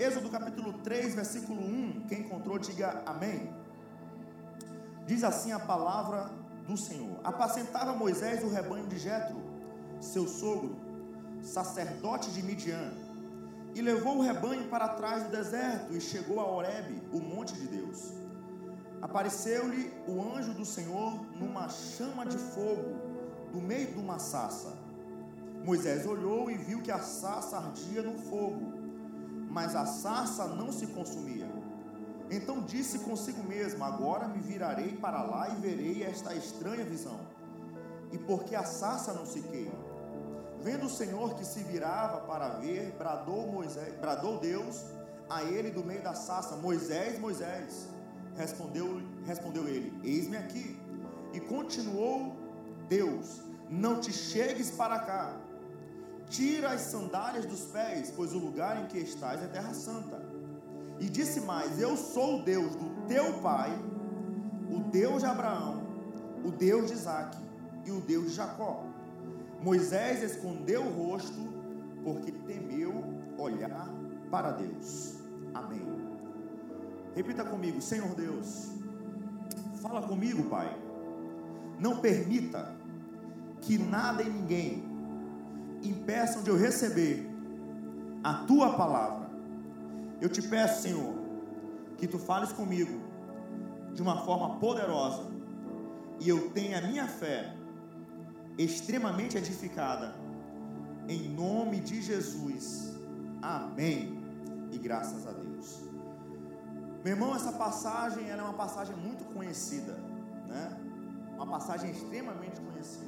Êxodo capítulo 3, versículo 1, quem encontrou diga amém. Diz assim a palavra do Senhor: apacentava Moisés o rebanho de Jetro, seu sogro, sacerdote de Midian, e levou o rebanho para trás do deserto, e chegou a Horebe, o monte de Deus. Apareceu-lhe o anjo do Senhor numa chama de fogo, do meio de uma sarça. Moisés olhou e viu que a sarça ardia no fogo, mas a sarça não se consumia. Então disse consigo mesmo: agora me virarei para lá e verei esta estranha visão. E porque a sarça não se queima? Vendo o Senhor que se virava para ver, bradou Deus a ele do meio da sarça: Moisés, Moisés. Respondeu ele: eis-me aqui. E continuou Deus: não te chegues para cá, tira as sandálias dos pés, pois o lugar em que estás é terra santa. E disse mais: eu sou o Deus do teu pai, o Deus de Abraão, o Deus de Isaque e o Deus de Jacó. Moisés escondeu o rosto, porque temeu olhar para Deus. Amém. Repita comigo: Senhor Deus, fala comigo, Pai. Não permita que nada e ninguém impeçam de eu receber a tua palavra. Eu te peço, Senhor, que tu fales comigo de uma forma poderosa, e eu tenha a minha fé extremamente edificada, em nome de Jesus. Amém. E graças a Deus. Meu irmão, essa passagem, ela é uma passagem muito conhecida, né? Uma passagem extremamente conhecida.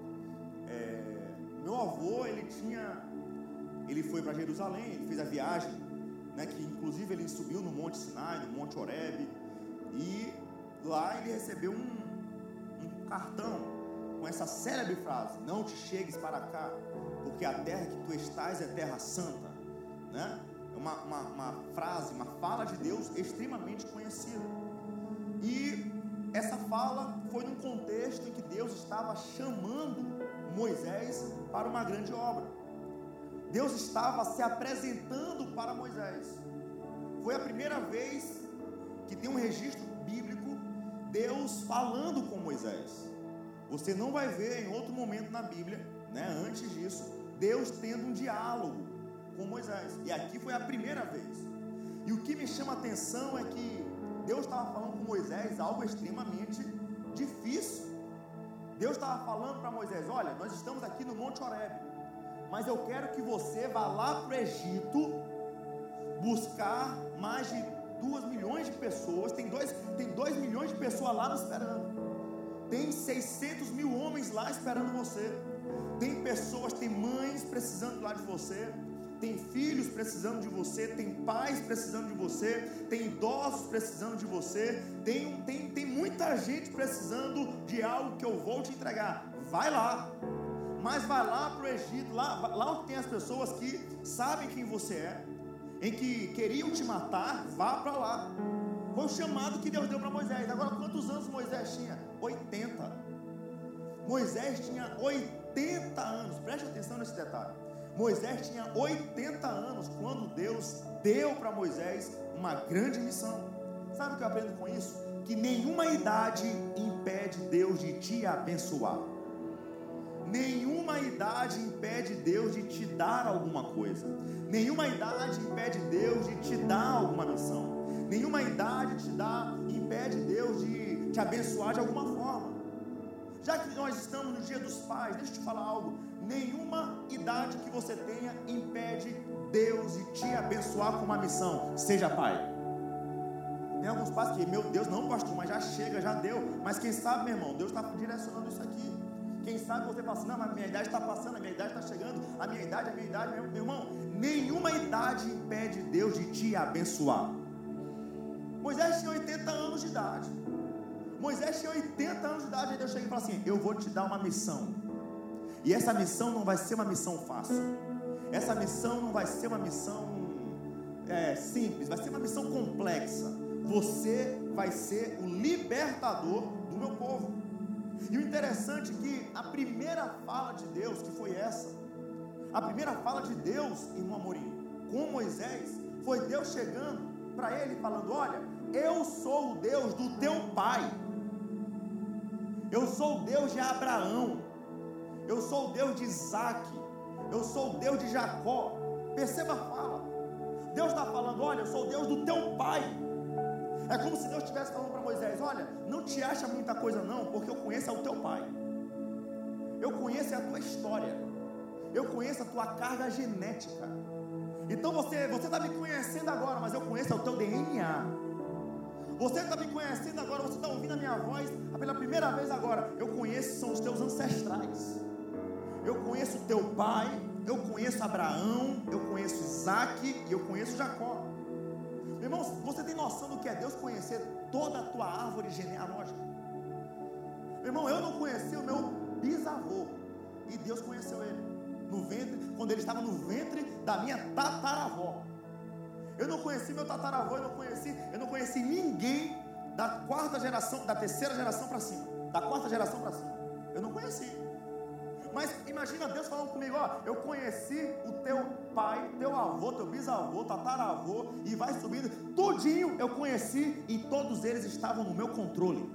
Meu avô, ele foi para Jerusalém, ele fez a viagem, né, que inclusive ele subiu no Monte Sinai, no Monte Horebe, e lá ele recebeu um cartão com essa célebre frase: não te chegues para cá, porque a terra que tu estás é terra santa, né? É uma frase, uma fala de Deus extremamente conhecida. E essa fala foi num contexto em que Deus estava chamando Moisés para uma grande obra. Deus estava se apresentando para Moisés. Foi a primeira vez que tem um registro bíblico Deus falando com Moisés. Você não vai ver em outro momento na Bíblia, né, antes disso, Deus tendo um diálogo com Moisés. E aqui foi a primeira vez. E o que me chama a atenção é que Deus estava falando com Moisés algo extremamente difícil. Deus estava falando para Moisés: olha, nós estamos aqui no Monte Horebe, mas eu quero que você vá lá para o Egito buscar mais de 2 milhões de pessoas. Tem 2 milhões de pessoas lá nos esperando. Tem 600 mil homens lá esperando você. Tem pessoas, tem mães precisando lá de você, tem filhos precisando de você, tem pais precisando de você, tem idosos precisando de você, tem muita gente precisando de algo que eu vou te entregar. Vai lá, mas vai lá para o Egito, lá onde tem as pessoas que sabem quem você é, em que queriam te matar. Vá para lá. Foi o chamado que Deus deu para Moisés. Agora, quantos anos Moisés tinha? 80. Moisés tinha 80 anos, preste atenção nesse detalhe. Moisés tinha 80 anos quando Deus deu para Moisés uma grande missão. Sabe o que eu aprendo com isso? Que nenhuma idade impede Deus de te abençoar. Nenhuma idade impede Deus de te dar alguma coisa. Nenhuma idade impede Deus de te dar alguma missão. Nenhuma idade impede Deus de te abençoar de alguma forma. Já que nós estamos no dia dos pais, deixa eu te falar algo. Nenhuma idade que você tenha impede Deus de te abençoar com uma missão. Seja pai. Tem alguns pais que, meu Deus, não pastor, mas já chega, já deu. Mas quem sabe, meu irmão, Deus está direcionando isso aqui. Quem sabe você fala assim: não, mas a minha idade está passando, a minha idade está chegando, a minha idade, meu irmão. Nenhuma idade impede Deus de te abençoar. Moisés tinha 80 anos de idade. Moisés tinha 80 anos de idade, e Deus chega e fala assim: eu vou te dar uma missão. E essa missão não vai ser uma missão fácil. Essa missão não vai ser uma missão simples, vai ser uma missão complexa. Você vai ser o libertador do meu povo. E o interessante é que a primeira fala de Deus, que foi essa, a primeira fala de Deus, irmão Amorim, com Moisés, Foi Deus chegando para ele falando: olha, eu sou o Deus do teu pai, eu sou o Deus de Abraão, eu sou o Deus de Isaac, eu sou o Deus de Jacó. Perceba a fala. Deus está falando: olha, eu sou o Deus do teu pai. É como se Deus estivesse falando para Moisés: olha, não te acha muita coisa não, porque eu conheço o teu pai, eu conheço a tua história, eu conheço a tua carga genética. Então você está me conhecendo agora, mas eu conheço o teu DNA. Você está me conhecendo agora, você está ouvindo a minha voz pela primeira vez agora. Eu conheço, são os teus ancestrais. Eu conheço o teu pai, eu conheço Abraão, eu conheço Isaac e eu conheço Jacó. Meu irmão, você tem noção do que é Deus conhecer toda a tua árvore genealógica? Meu irmão, eu não conheci o meu bisavô, e Deus conheceu ele no ventre, quando ele estava no ventre da minha tataravó. Eu não conheci meu tataravô, eu não conheci ninguém da quarta geração, da terceira geração para cima, da quarta geração para cima, eu não conheci. Mas imagina Deus falando comigo: ó, eu conheci o teu pai, teu avô, teu bisavô, tataravô, e vai subindo, tudinho eu conheci, e todos eles estavam no meu controle.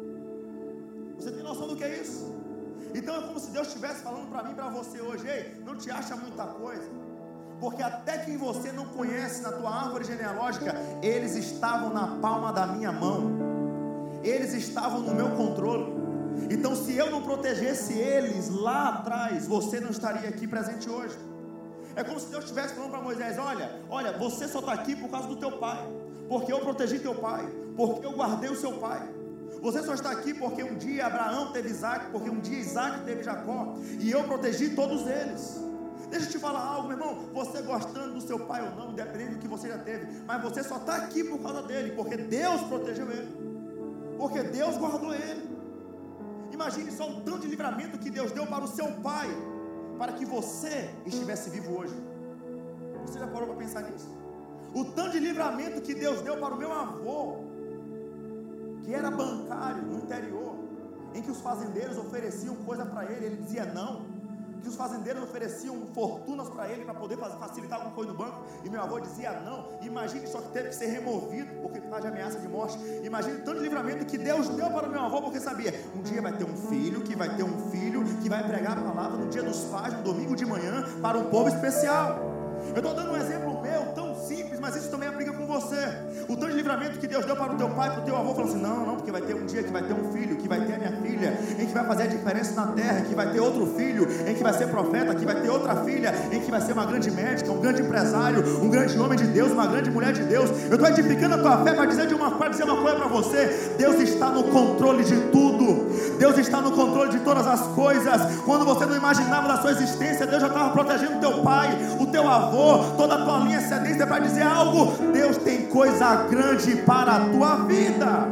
Você tem noção do que é isso? Então é como se Deus estivesse falando para mim e para você hoje: ei, não te acha muita coisa, porque até quem você não conhece na tua árvore genealógica, eles estavam na palma da minha mão, eles estavam no meu controle. Então se eu não protegesse eles lá atrás, você não estaria aqui presente hoje. É como se Deus estivesse falando para Moisés: olha, você só está aqui por causa do teu pai, porque eu protegi teu pai, porque eu guardei o seu pai. Você só está aqui porque um dia Abraão teve Isaac, porque um dia Isaac teve Jacó, e eu protegi todos eles. Deixa eu te falar algo, meu irmão. Você gostando do seu pai ou não, independente do que você já teve, mas você só está aqui por causa dele, porque Deus protegeu ele, porque Deus guardou ele. Imagine só o tanto de livramento que Deus deu para o seu pai, para que você estivesse vivo hoje. Você já parou para pensar nisso? O tanto de livramento que Deus deu para o meu avô, que era bancário no interior, em que os fazendeiros ofereciam coisa para ele, ele dizia não. Que os fazendeiros ofereciam fortunas para ele, para poder facilitar alguma coisa no banco, e meu avô dizia não. Imagine só que teve que ser removido, porque estava de ameaça de morte. Imagine tanto de livramento que Deus deu para o meu avô, porque sabia: um dia vai ter um filho, que vai ter um filho, que vai pregar a palavra no dia dos pais, no domingo de manhã, para um povo especial. Eu estou dando um exemplo meu, tão simples, mas isso também aplica com você. O tanto de livramento que Deus deu para o teu pai, para o teu avô, falou assim: não, porque vai ter um dia que vai ter um filho, que vai ter a minha filha, em que vai fazer a diferença na terra, que vai ter outro filho, em que vai ser profeta, que vai ter outra filha, em que vai ser uma grande médica, um grande empresário, um grande homem de Deus, uma grande mulher de Deus. Eu estou edificando a tua fé para dizer uma coisa para você: Deus está no controle de tudo, Deus está no controle de todas as coisas. Quando você não imaginava da sua existência, Deus já estava protegendo o teu pai, o teu avô, toda a tua linha ascendente. Para dizer algo: Deus tem coisa grande para a tua vida,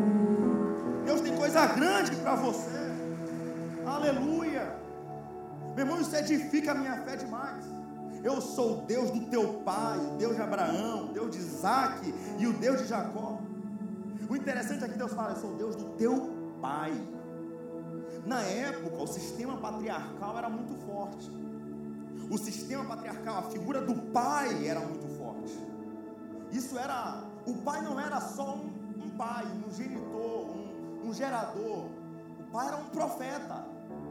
Deus tem coisa grande para você. Aleluia. Meu irmão, isso edifica a minha fé demais. Eu sou o Deus do teu pai, o Deus de Abraão, o Deus de Isaac e o Deus de Jacó. O interessante é que Deus fala: eu sou o Deus do teu pai. Na época, o sistema patriarcal era muito forte. O sistema patriarcal, a figura do pai era muito forte. Isso era, o pai não era só um pai, um genitor, um gerador. O pai era um profeta.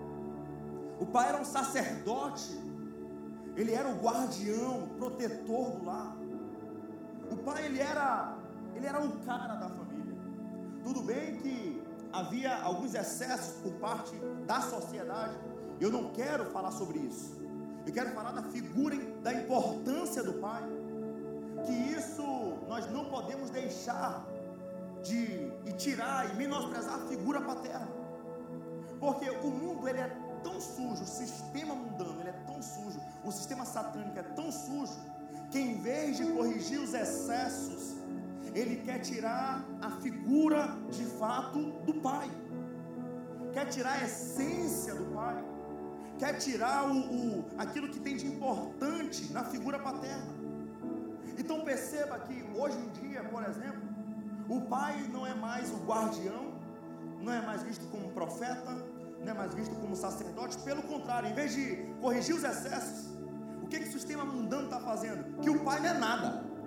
O pai era um sacerdote. Ele era o guardião, o protetor do lar. O pai, ele era o cara da família. Tudo bem que havia alguns excessos por parte da sociedade. Eu não quero falar sobre isso. Eu quero falar da figura, da importância do pai. Que isso nós não podemos deixar de tirar e menosprezar a figura paterna. Porque o mundo, ele é tão sujo, o sistema mundano, ele é tão sujo, o sistema satânico é tão sujo, que em vez de corrigir os excessos, ele quer tirar a figura de fato do pai, quer tirar a essência do pai, quer tirar aquilo que tem de importante na figura paterna. Então perceba que hoje em dia, por exemplo, o pai não é mais o guardião, não é mais visto como profeta, não é mais visto como sacerdote. Pelo contrário, em vez de corrigir os excessos, o que o sistema mundano está fazendo? Que o pai não é nada,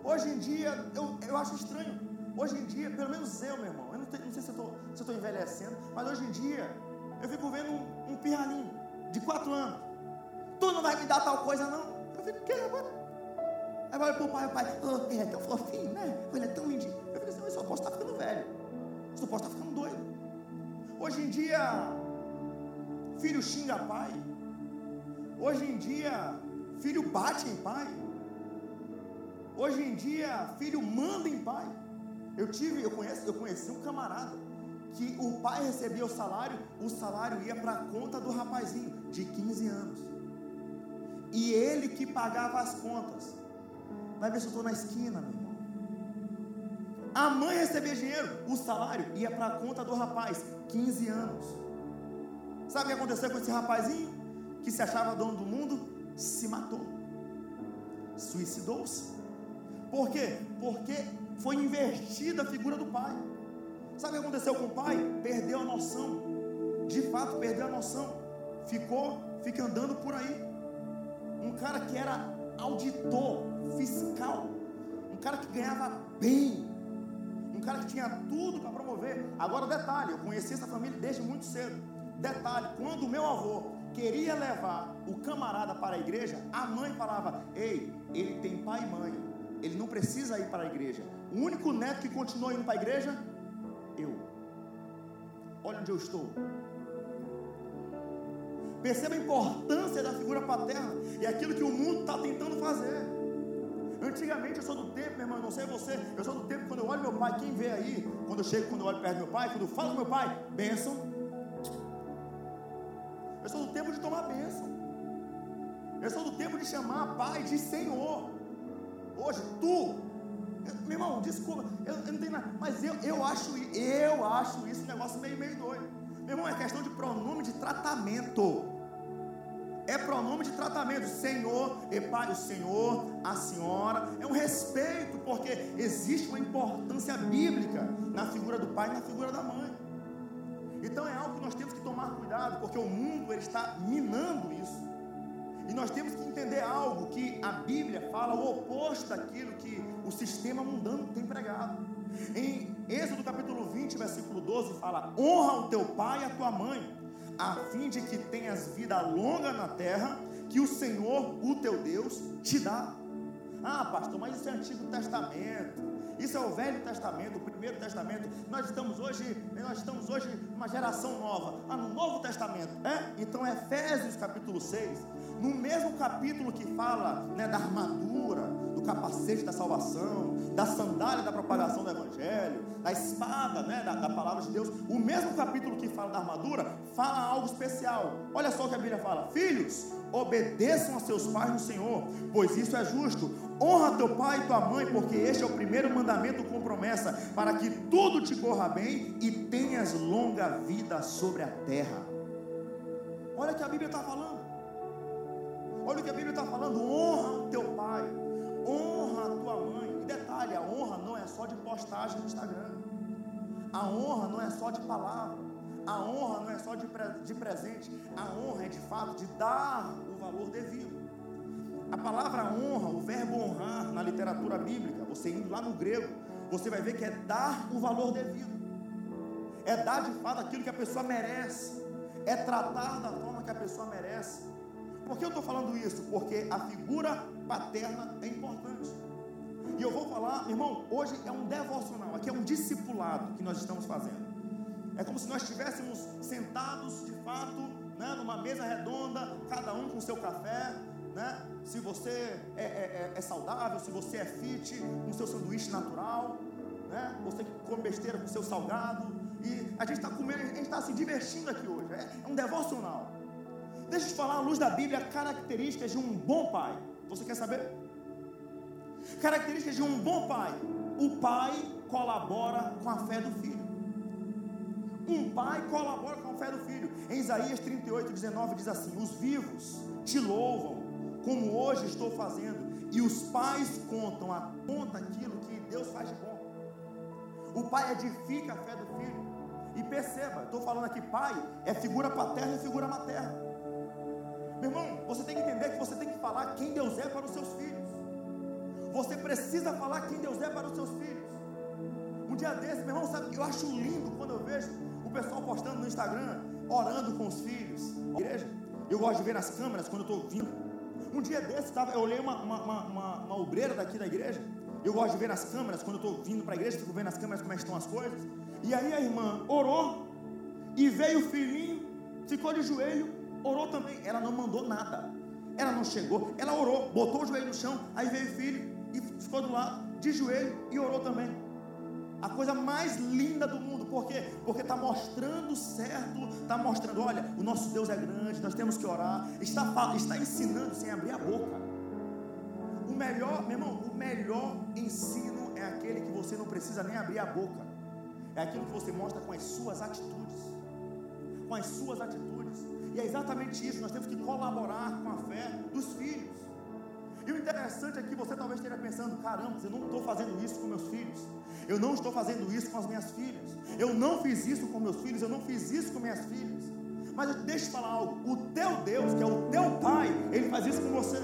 Hoje em dia, eu acho estranho. Hoje em dia, pelo menos eu, meu irmão, eu não sei se eu estou envelhecendo, mas hoje em dia, eu fico vendo um pirralhinho de 4 anos. Tu não vai me dar tal coisa, não? Eu fico, o que, rapaz? Aí vai pro pai, o pai, ele é tão fofinho, né? Ele é tão lindinho. Eu fico assim, eu só posso estar ficando velho. Eu só posso estar ficando doido. Hoje em dia, filho xinga pai. Hoje em dia, filho bate em pai. Hoje em dia, filho manda em pai. Eu conheci um camarada que o pai recebia o salário ia para a conta do rapazinho de 15 anos. E ele que pagava as contas. Vai ver se eu estou na esquina, meu irmão. A mãe recebia dinheiro, o salário ia para a conta do rapaz, 15 anos. Sabe o que aconteceu com esse rapazinho? Que se achava dono do mundo, se matou. Suicidou-se. Por quê? Porque foi invertida a figura do pai. Sabe o que aconteceu com o pai? Perdeu a noção. De fato, perdeu a noção. Fica andando por aí. Um cara que era auditor, fiscal. Um cara que ganhava bem. Um cara que tinha tudo para promover. Agora, detalhe, eu conheci essa família desde muito cedo. Detalhe, quando o meu avô queria levar o camarada para a igreja, a mãe falava: ei, ele tem pai e mãe, ele não precisa ir para a igreja. O único neto que continuou indo para a igreja, eu. Olha onde eu estou. Perceba a importância da figura paterna e aquilo que o mundo está tentando fazer. Antigamente, eu sou do tempo, meu irmão, não sei você, eu sou do tempo quando eu olho meu pai, quem vê aí, quando eu olho perto do meu pai, quando eu falo com meu pai, bênção. Eu sou do tempo de tomar bênção. Eu sou do tempo de chamar pai de Senhor. Hoje, meu irmão, desculpa, eu não tenho nada, mas eu acho isso um negócio meio doido. Meu irmão, é questão de pronome de tratamento. É pronome de tratamento. Senhor, e pai, o senhor, a senhora. É um respeito, porque existe uma importância bíblica na figura do pai e na figura da mãe. Então é algo que nós temos que tomar cuidado, porque o mundo ele está minando isso. E nós temos que entender algo que a Bíblia fala o oposto daquilo que o sistema mundano tem pregado. Em Êxodo capítulo 20, versículo 12 fala: honra o teu pai e a tua mãe, a fim de que tenhas vida longa na terra, que o Senhor, o teu Deus, te dá. Ah, pastor, mas isso é Antigo Testamento, isso é o Velho Testamento, o Primeiro Testamento. Nós estamos hoje numa geração nova, no Novo Testamento. Então Efésios capítulo 6, no mesmo capítulo que fala, da armadura, do capacete da salvação, da sandália da propagação do Evangelho, da espada, da palavra de Deus, o mesmo capítulo que fala da armadura, fala algo especial. Olha só o que a Bíblia fala: filhos, obedeçam a seus pais no Senhor, pois isso é justo. Honra teu pai e tua mãe, porque este é o primeiro mandamento com promessa, para que tudo te corra bem e tenhas longa vida sobre a terra. Olha o que a Bíblia está falando. Olha o que a Bíblia está falando. Honra o teu pai, honra a tua mãe. E detalhe, a honra não é só de postagem no Instagram. A honra não é só de palavra. A honra não é só de presente. A honra é de fato de dar o valor devido. A palavra honra, o verbo honrar na literatura bíblica, você indo lá no grego, você vai ver que é dar o valor devido. É dar de fato aquilo que a pessoa merece. É tratar da forma que a pessoa merece. Por que eu estou falando isso? Porque a figura paterna é importante. E eu vou falar, meu irmão, hoje é um devocional, aqui é um discipulado que nós estamos fazendo. É como se nós estivéssemos sentados de fato, numa mesa redonda, cada um com o seu café, se você é saudável, se você é fit, com o seu sanduíche natural, você que come besteira com o seu salgado, e a gente está comendo, a gente está se divertindo aqui hoje, é um devocional. Deixa eu te falar, à luz da Bíblia, características de um bom pai. Você quer saber? Características de um bom pai. O pai colabora com a fé do filho. Um pai colabora com a fé do filho. Em Isaías 38, 19 diz assim: os vivos te louvam, como hoje estou fazendo, e os pais contam aquilo que Deus faz de bom. O pai edifica a fé do filho. E perceba, estou falando aqui, pai é figura paterna e figura materna. Meu irmão, você tem que entender que você tem que falar quem Deus é para os seus filhos. Você precisa falar quem Deus é para os seus filhos. Um dia desse, meu irmão, sabe, eu acho lindo quando eu vejo o pessoal postando no Instagram, orando com os filhos. Igreja, eu gosto de ver nas câmeras quando eu estou vindo. Um dia desse, eu olhei uma obreira daqui da igreja. Eu gosto de ver nas câmeras quando eu estou vindo para a igreja, fico vendo nas câmeras como é que estão as coisas. E aí a irmã orou, e veio o filhinho, ficou de joelho, orou também. Ela não mandou nada, ela não chegou, ela orou, botou o joelho no chão, aí veio o filho e ficou do lado, de joelho, e orou também. A coisa mais linda do mundo. Por quê? Porque está mostrando certo, está mostrando, olha, o nosso Deus é grande, nós temos que orar, está ensinando sem abrir a boca. O melhor, meu irmão, o melhor ensino é aquele que você não precisa nem abrir a boca. É aquilo que você mostra com as suas atitudes. Com as suas atitudes. E é exatamente isso, nós temos que colaborar com a fé dos filhos. E o interessante é que você talvez esteja pensando, caramba, eu não estou fazendo isso com meus filhos, eu não estou fazendo isso com as minhas filhas, eu não fiz isso com meus filhos, eu não fiz isso com minhas filhas. Mas deixa eu te falar algo, o teu Deus, que é o teu Pai, Ele faz isso com você.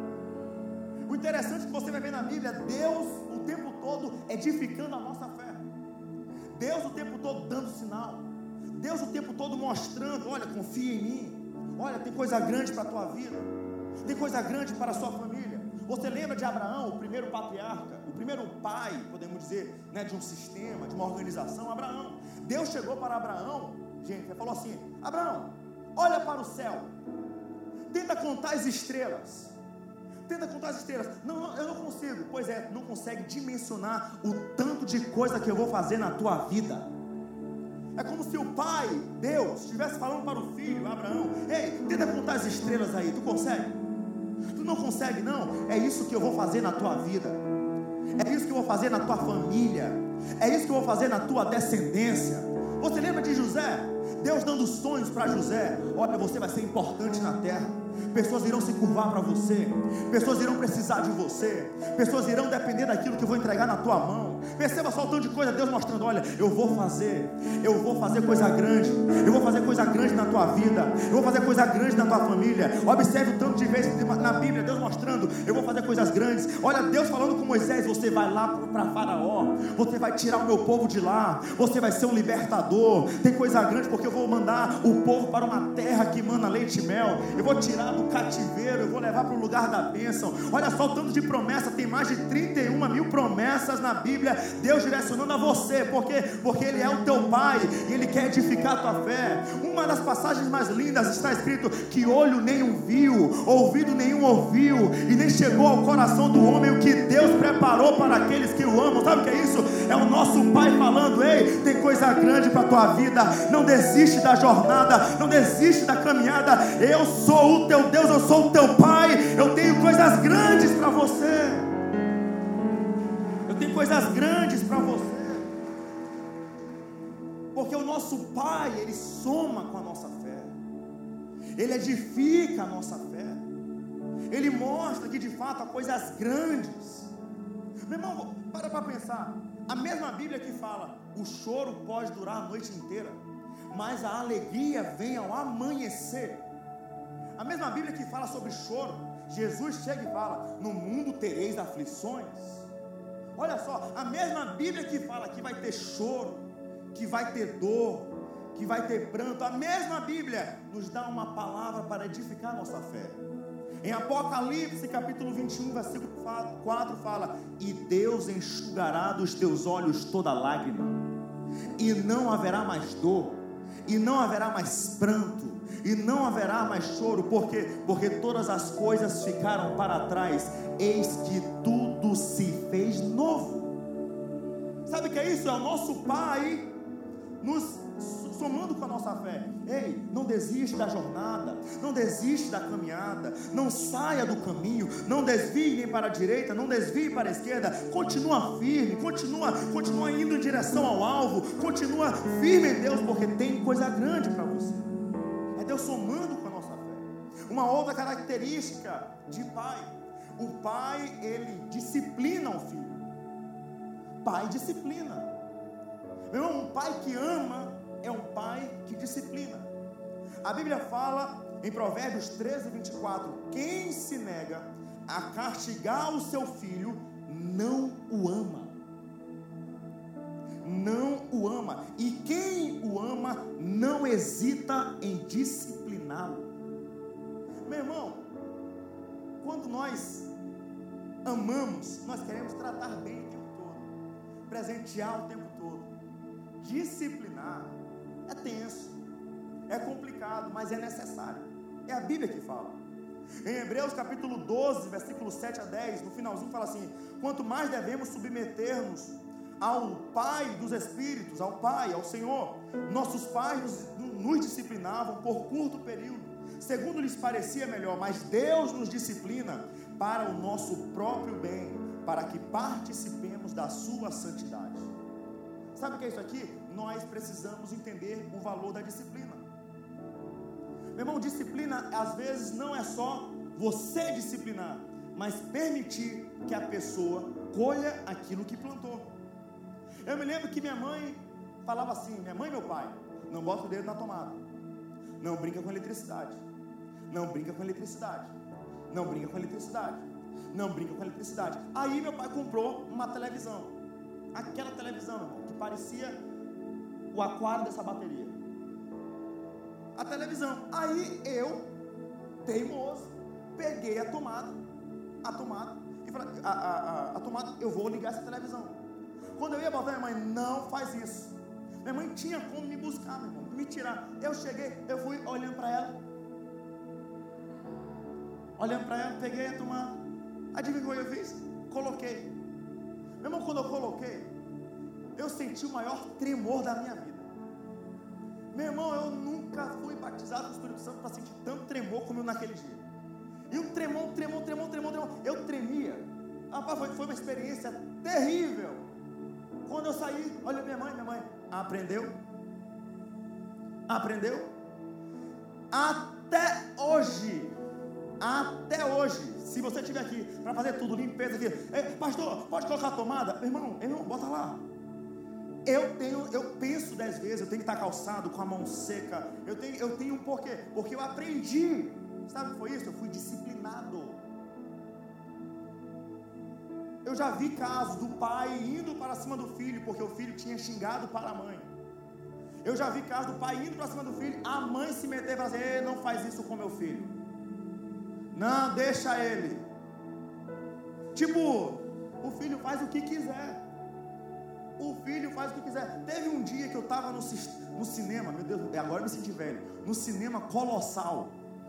O interessante é que você vai ver na Bíblia, Deus o tempo todo edificando a nossa fé, Deus o tempo todo dando sinal, Deus o tempo todo mostrando, olha, confia em mim, olha, tem coisa grande para a tua vida, tem coisa grande para a sua família. Você lembra de Abraão, o primeiro patriarca, o primeiro pai, podemos dizer, né, de um sistema, de uma organização? Abraão, Deus chegou para Abraão, gente, ele falou assim, Abraão, olha para o céu, tenta contar as estrelas, tenta contar as estrelas. Não, eu não consigo. Pois é, não consegue dimensionar o tanto de coisa que eu vou fazer na tua vida. É como se o pai, Deus, estivesse falando para o filho, Abraão, ei, tenta contar as estrelas aí, tu consegue? Tu não consegue não? É isso que eu vou fazer na tua vida, é isso que eu vou fazer na tua família, é isso que eu vou fazer na tua descendência. Você lembra de José? Deus dando sonhos para José, olha, você vai ser importante na terra, pessoas irão se curvar para você, pessoas irão precisar de você, pessoas irão depender daquilo que eu vou entregar na tua mão. Perceba só o tanto de coisa, Deus mostrando, olha, eu vou fazer coisa grande, eu vou fazer coisa grande na tua vida, eu vou fazer coisa grande na tua família. Observe o tanto de vezes na Bíblia, Deus mostrando, eu vou fazer coisas grandes. Olha, Deus falando com Moisés, você vai lá para Faraó, você vai tirar o meu povo de lá, você vai ser um libertador, tem coisa grande, porque eu vou mandar o povo para uma terra que mana leite e mel, eu vou tirar do cativeiro, eu vou levar para o lugar da bênção. Olha só o tanto de promessa, tem mais de 31 mil promessas na Bíblia, Deus direcionando a você, porque Ele é o teu Pai, e Ele quer edificar a tua fé. Uma das passagens mais lindas está escrito, que olho nenhum viu, ouvido nenhum ouviu, e nem chegou ao coração do homem o que Deus preparou para aqueles que o amam. Sabe o que é isso? É o nosso Pai falando, ei, tem coisa grande para a tua vida, não desiste da jornada, não desiste da caminhada, eu sou o teu Deus, eu sou o teu Pai, eu tenho coisas grandes para você, eu tenho coisas grandes para você, porque o nosso Pai, Ele soma com a nossa fé, Ele edifica a nossa fé, Ele mostra que de fato há coisas grandes. Meu irmão, para pensar, a mesma Bíblia que fala, o choro pode durar a noite inteira, mas a alegria vem ao amanhecer. A mesma Bíblia que fala sobre choro, Jesus chega e fala, no mundo tereis aflições. Olha só, a mesma Bíblia que fala que vai ter choro, que vai ter dor, que vai ter pranto, a mesma Bíblia nos dá uma palavra para edificar a nossa fé. Em Apocalipse capítulo 21, versículo 4 fala, e Deus enxugará dos teus olhos toda lágrima, e não haverá mais dor, e não haverá mais pranto, e não haverá mais choro, porque todas as coisas ficaram para trás, eis que tudo se fez novo. Sabe o que é isso? É o nosso Pai nos somando com a nossa fé. Ei, não desiste da jornada, não desiste da caminhada, não saia do caminho, não desvie nem para a direita, não desvie para a esquerda, continua firme, continua indo em direção ao alvo, continua firme em Deus, porque tem coisa grande para você. É Deus somando com a nossa fé. Uma outra característica de pai, o pai, ele disciplina o filho. Pai disciplina. Meu irmão, um pai que ama é um pai que disciplina. A Bíblia fala em Provérbios 13, 24, quem se nega a castigar o seu filho, não o ama. Não o ama. E quem o ama não hesita em discipliná-lo. Meu irmão, quando nós amamos, nós queremos tratar bem o tempo todo, presentear o tempo todo. Disciplinar é tenso, é complicado, mas é necessário. É a Bíblia que fala. Em Hebreus capítulo 12, versículo 7 a 10, no finalzinho fala assim: quanto mais devemos submeter-nos ao Pai dos Espíritos, ao Pai, ao Senhor. Nossos pais nos disciplinavam por curto período, segundo lhes parecia melhor, mas Deus nos disciplina para o nosso próprio bem, para que participemos da sua santidade. Sabe o que é isso aqui? Nós precisamos entender o valor da disciplina. Meu irmão, disciplina às vezes não é só você disciplinar, mas permitir que a pessoa colha aquilo que plantou. Eu me lembro que minha mãe falava assim, minha mãe e meu pai: não bota o dedo na tomada, não brinca com eletricidade, não brinca com eletricidade, não brinca com eletricidade, não brinca com eletricidade. Aí meu pai comprou uma televisão, aquela televisão, meu irmão, que parecia o aquário dessa bateria, a televisão. Aí eu, teimoso, peguei a tomada e falei: a tomada, eu vou ligar essa televisão. Quando eu ia botar, minha mãe: não faz isso. Minha mãe tinha como me buscar, meu irmão, me tirar. Eu cheguei, eu fui olhando para ela, peguei a tomada. Adivinha o que eu fiz? Coloquei. Meu irmão, quando eu coloquei, eu senti o maior tremor da minha vida. Meu irmão, eu nunca fui batizado no Espírito Santo para sentir tanto tremor como eu naquele dia. E um tremor. Eu tremia. Rapaz, foi uma experiência terrível. Quando eu saí, olha minha mãe: aprendeu? Até hoje, se você estiver aqui para fazer tudo, limpeza aqui, pastor, pode colocar a tomada? Meu irmão, bota lá. Eu penso 10 vezes, eu tenho que estar calçado com a mão seca, eu tenho um porquê, porque eu aprendi. Sabe o que foi isso? Eu fui disciplinado. Eu já vi casos do pai indo para cima do filho, porque o filho tinha xingado para a mãe. Eu já vi casos do pai indo para cima do filho, a mãe se meter e falar assim: não faz isso com meu filho, não, deixa ele. Tipo, o filho faz o que quiser. Teve um dia que eu estava no cinema, meu Deus, agora eu me senti velho, no cinema Colossal.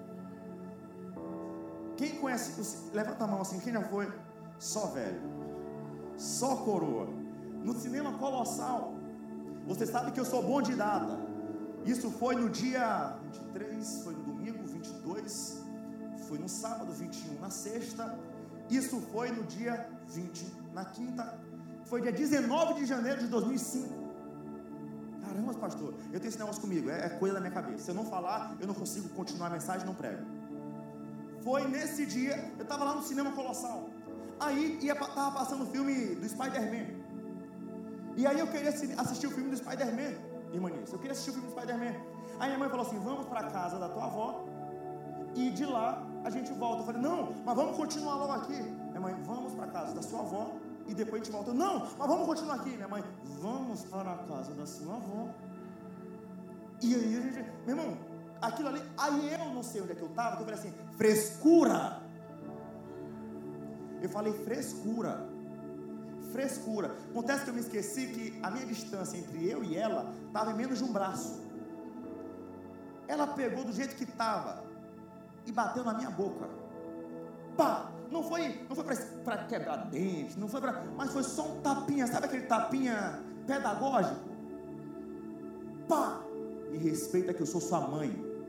Quem conhece, levanta a mão assim, quem já foi? Só velho, só coroa. No cinema Colossal. Você sabe que eu sou bom de data. Isso foi no dia 23, foi no domingo 22, foi no sábado 21, na sexta. Isso foi no dia 20, na quinta. Foi dia 19 de janeiro de 2005. Caramba, pastor, eu tenho esse negócio comigo, é coisa da minha cabeça. Se eu não falar, eu não consigo continuar a mensagem, não prego. Foi nesse dia, eu estava lá no cinema Colossal. Aí estava passando o filme do Spider-Man. E aí eu queria assistir o filme do Spider-Man, irmãs. Eu queria assistir o filme do Spider-Man. Aí minha mãe falou assim: vamos para a casa da tua avó e de lá a gente volta. Eu falei: não, mas vamos continuar logo aqui. Minha mãe: vamos para a casa da sua avó e depois a gente volta. Eu: não, mas vamos continuar aqui. Minha mãe: vamos para a casa da sua avó. E aí a gente, meu irmão, aquilo ali, aí eu não sei onde é que eu estava, que eu falei assim: frescura. Eu falei frescura. Acontece que eu me esqueci que a minha distância entre eu e ela estava em menos de um braço. Ela pegou do jeito que estava e bateu na minha boca. Pá! Não foi para quebrar dente, mas foi só um tapinha, sabe aquele tapinha pedagógico? Pá! Me respeita que eu sou sua mãe.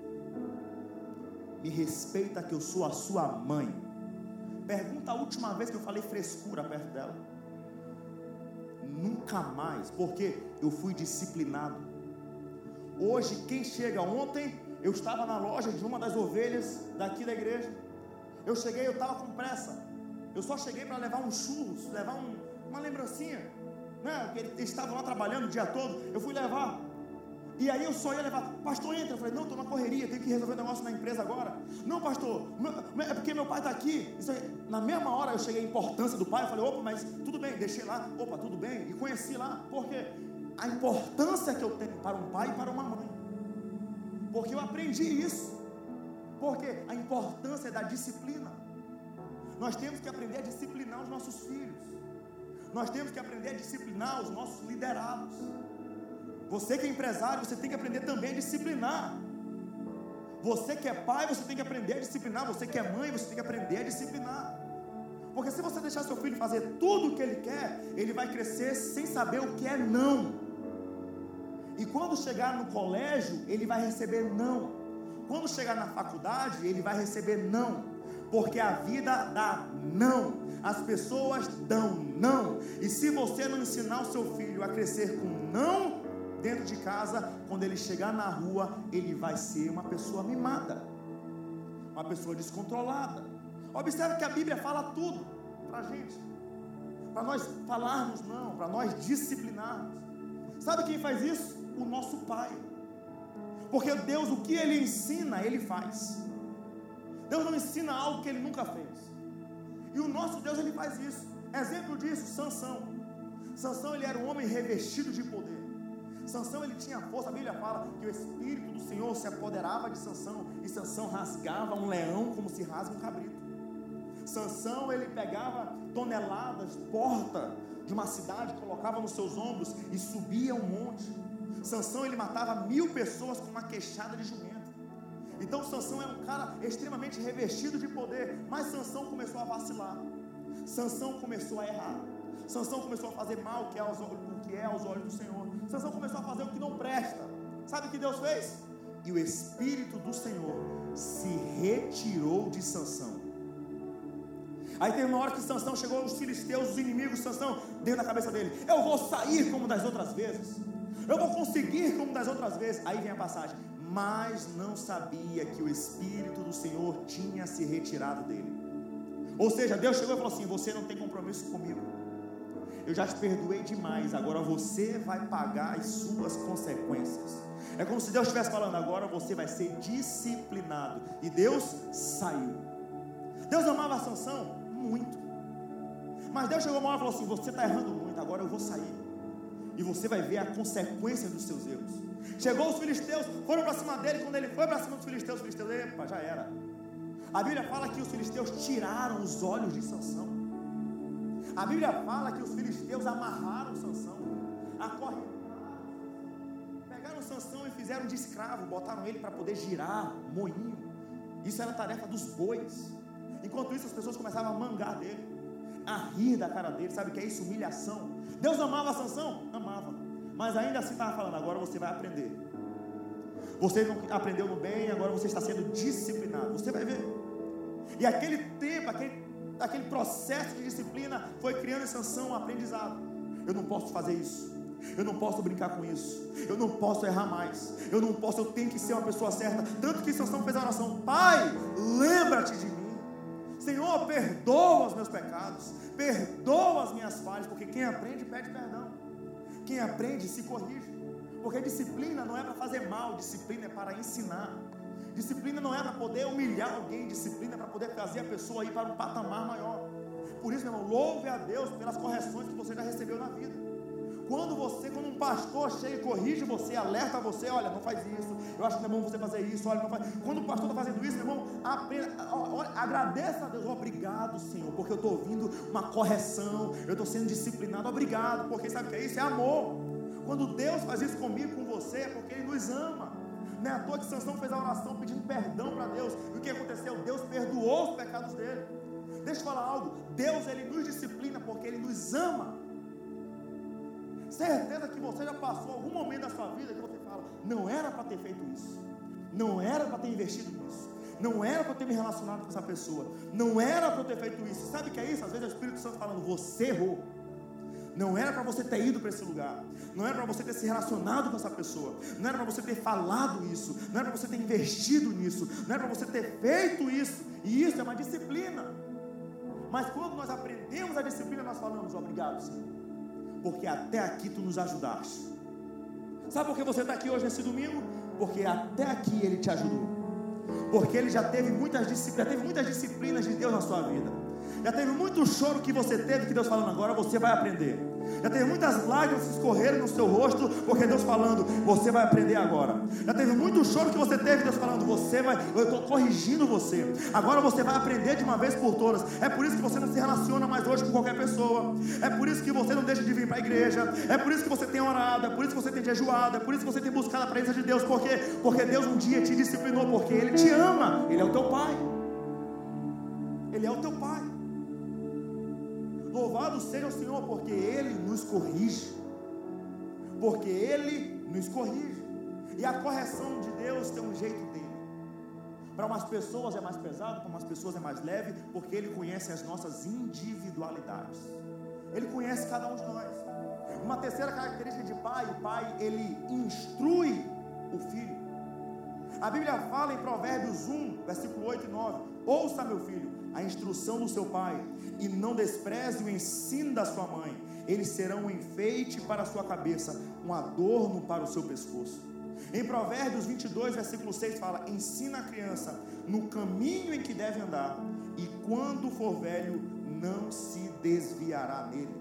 Me respeita que eu sou a sua mãe. Pergunta a última vez que eu falei frescura perto dela. Nunca mais, porque eu fui disciplinado. Hoje, quem chega, ontem eu estava na loja de uma das ovelhas daqui da igreja. Eu cheguei, eu estava com pressa. Eu só cheguei para levar uns churros, levar uma lembrancinha, né? Eles estavam lá trabalhando o dia todo. Eu fui levar. E aí eu só ia levar, pastor, entra. Eu falei, não, estou na correria, tenho que resolver um negócio na empresa agora. Não, pastor, é porque meu pai está aqui. Na mesma hora eu cheguei à importância do pai. Eu falei, opa, mas tudo bem, deixei lá. Opa, tudo bem. E conheci lá, porque a importância que eu tenho para um pai e para uma mãe. Porque eu aprendi isso. Porque a importância da disciplina. Nós temos que aprender a disciplinar os nossos filhos. Nós temos que aprender a disciplinar os nossos liderados. Você que é empresário, você tem que aprender também a disciplinar. Você que é pai, você tem que aprender a disciplinar. Você que é mãe, você tem que aprender a disciplinar. Porque se você deixar seu filho fazer tudo o que ele quer, ele vai crescer sem saber o que é não. E quando chegar no colégio, ele vai receber não. Quando chegar na faculdade, ele vai receber não. Porque a vida dá não. As pessoas dão não. E se você não ensinar o seu filho a crescer com não dentro de casa, quando ele chegar na rua, ele vai ser uma pessoa mimada, uma pessoa descontrolada. Observe que a Bíblia fala tudo para a gente, para nós falarmos não, para nós disciplinarmos. Sabe quem faz isso? O nosso Pai. Porque Deus, o que Ele ensina, Ele faz. Deus não ensina algo que Ele nunca fez. E o nosso Deus, Ele faz isso. Exemplo disso, Sansão. Sansão, ele era um homem revestido de poder. Sansão, ele tinha força. A Bíblia fala que o Espírito do Senhor se apoderava de Sansão, e Sansão rasgava um leão como se rasga um cabrito. Sansão, ele pegava toneladas, porta de uma cidade, colocava nos seus ombros e subia um monte. Sansão, ele matava 1000 pessoas com uma queixada de jumento. Então Sansão era um cara extremamente revestido de poder. Mas Sansão começou a vacilar. Sansão começou a errar. Sansão começou a fazer mal o que é aos olhos do Senhor. Sansão começou a fazer o que não presta. Sabe o que Deus fez? E o Espírito do Senhor se retirou de Sansão. Aí tem uma hora que Sansão chegou, os filisteus, os inimigos, Sansão deu na cabeça dele: eu vou sair como das outras vezes, eu vou conseguir como das outras vezes. Aí vem a passagem: mas não sabia que o Espírito do Senhor tinha se retirado dele. Ou seja, Deus chegou e falou assim: você não tem compromisso comigo, eu já te perdoei demais, agora você vai pagar as suas consequências. É como se Deus estivesse falando: agora você vai ser disciplinado. E Deus saiu. Deus amava Sansão muito, mas Deus chegou uma hora e falou assim: você está errando muito, agora eu vou sair, e você vai ver a consequência dos seus erros. Chegou os filisteus, foram para cima dele. Quando ele foi para cima dos filisteus, epa, já era. A Bíblia fala que os filisteus tiraram os olhos de Sansão. A Bíblia fala que os filisteus amarraram Sansão, pegaram Sansão e fizeram de escravo, botaram ele para poder girar moinho. Isso era a tarefa dos bois. Enquanto isso, as pessoas começavam a mangar dele, a rir da cara dele. Sabe o que é isso? Humilhação. Deus amava Sansão? Amava. Mas ainda assim estava falando: agora você vai aprender. Você não aprendeu no bem, agora você está sendo disciplinado. Você vai ver. E aquele tempo, aquele processo de disciplina foi criando em Sansão um aprendizado. Eu não posso fazer isso, eu não posso brincar com isso, eu não posso errar mais, eu tenho que ser uma pessoa certa. Tanto que Sansão fez a oração: Pai, lembra-te de mim. Senhor, perdoa os meus pecados, perdoa as minhas falhas. Porque quem aprende pede perdão, quem aprende se corrige. Porque disciplina não é para fazer mal, disciplina é para ensinar. Disciplina não é para poder humilhar alguém, disciplina é para poder fazer a pessoa ir para um patamar maior. Por isso, meu irmão, louve a Deus pelas correções que você já recebeu na vida. Quando um pastor chega e corrige você, alerta você: olha, não faz isso, eu acho que não é bom você fazer isso, olha, não faz. Quando o pastor está fazendo isso, meu irmão, agradeça a Deus: obrigado, Senhor, porque eu estou ouvindo uma correção, eu estou sendo disciplinado, obrigado, porque sabe o que é isso? É amor. Quando Deus faz isso comigo, com você, é porque Ele nos ama. Não é à toa que Sansão fez a oração pedindo perdão para Deus. E o que aconteceu? Deus perdoou os pecados dele. Deixa eu falar algo: Deus, Ele nos disciplina porque Ele nos ama. Certeza que você já passou algum momento da sua vida que você fala: não era para ter feito isso, não era para ter investido nisso, não era para ter me relacionado com essa pessoa, não era para eu ter feito isso. Sabe o que é isso? Às vezes é o Espírito Santo falando: você errou. Não era para você ter ido para esse lugar, não era para você ter se relacionado com essa pessoa, não era para você ter falado isso, não era para você ter investido nisso, não era para você ter feito isso. E isso é uma disciplina. Mas quando nós aprendemos a disciplina, nós falamos: obrigado, Senhor, porque até aqui tu nos ajudaste, Sabe por que você está aqui hoje nesse domingo? Porque até aqui Ele te ajudou. Porque Ele já teve muitas disciplinas de Deus na sua vida. Já teve muito choro que você teve, que Deus falando, agora você vai aprender. Já teve muitas lágrimas que escorreram no seu rosto, porque Deus falando, você vai aprender agora. Já teve muito choro que você teve, Deus falando, eu estou corrigindo você. Agora você vai aprender de uma vez por todas. É por isso que você não se relaciona mais hoje com qualquer pessoa. É por isso que você não deixa de vir para a igreja. É por isso que você tem orado. É por isso que você tem jejuado. É por isso que você tem buscado a presença de Deus. Por quê? Porque Deus um dia te disciplinou, porque Ele te ama. Ele é o teu Pai. Ele é o teu Pai. Louvado seja o Senhor, porque Ele nos corrige. Porque Ele nos corrige. E a correção de Deus tem um jeito dele. Para umas pessoas é mais pesado, para umas pessoas é mais leve, porque Ele conhece as nossas individualidades. Ele conhece cada um de nós. Uma terceira característica de pai, o pai, ele instrui o filho. A Bíblia fala em Provérbios 1, versículo 8 e 9: ouça, meu filho, a instrução do seu pai, e não despreze o ensino da sua mãe. Eles serão um enfeite para a sua cabeça, um adorno para o seu pescoço. Em Provérbios 22, versículo 6 fala: ensina a criança no caminho em que deve andar, e quando for velho não se desviará nele.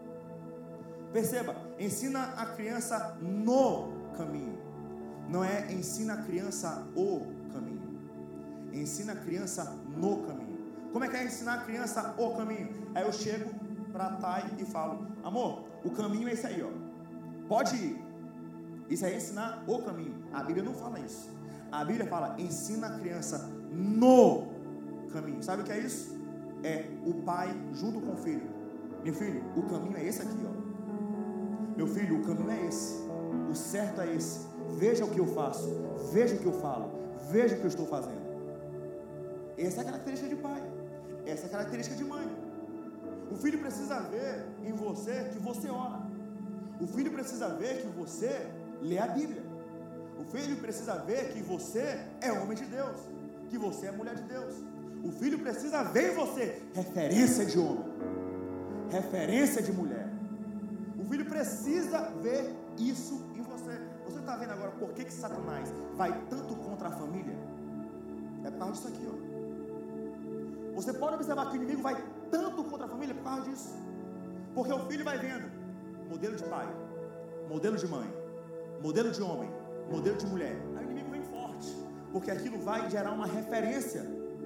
Perceba, ensina a criança no caminho. Não é ensina a criança o caminho. Ensina a criança no caminho. Como é que é ensinar a criança o caminho? Aí eu chego para a Thay e falo: amor, o caminho é esse aí, ó. Pode ir. Isso é ensinar o caminho. A Bíblia não fala isso. A Bíblia fala: ensina a criança no caminho. Sabe o que é isso? É o pai junto com o filho. Meu filho, o caminho é esse aqui, ó. Meu filho, o caminho é esse. O certo é esse. Veja o que eu faço. Veja o que eu falo. Veja o que eu estou fazendo. Essa é a característica de pai. Essa é a característica de mãe. O filho precisa ver em você que você ora. O filho precisa ver que você lê a Bíblia. O filho precisa ver que você é homem de Deus, que você é mulher de Deus. O filho precisa ver em você referência de homem, referência de mulher. O filho precisa ver isso em você. Você está vendo agora por que Satanás vai tanto contra a família? É por causa disso aqui, ó. Você pode observar que o inimigo vai tanto contra a família por causa disso. Porque o filho vai vendo modelo de pai, modelo de mãe, modelo de homem, modelo de mulher. Aí o inimigo vem forte, porque aquilo vai gerar uma referência,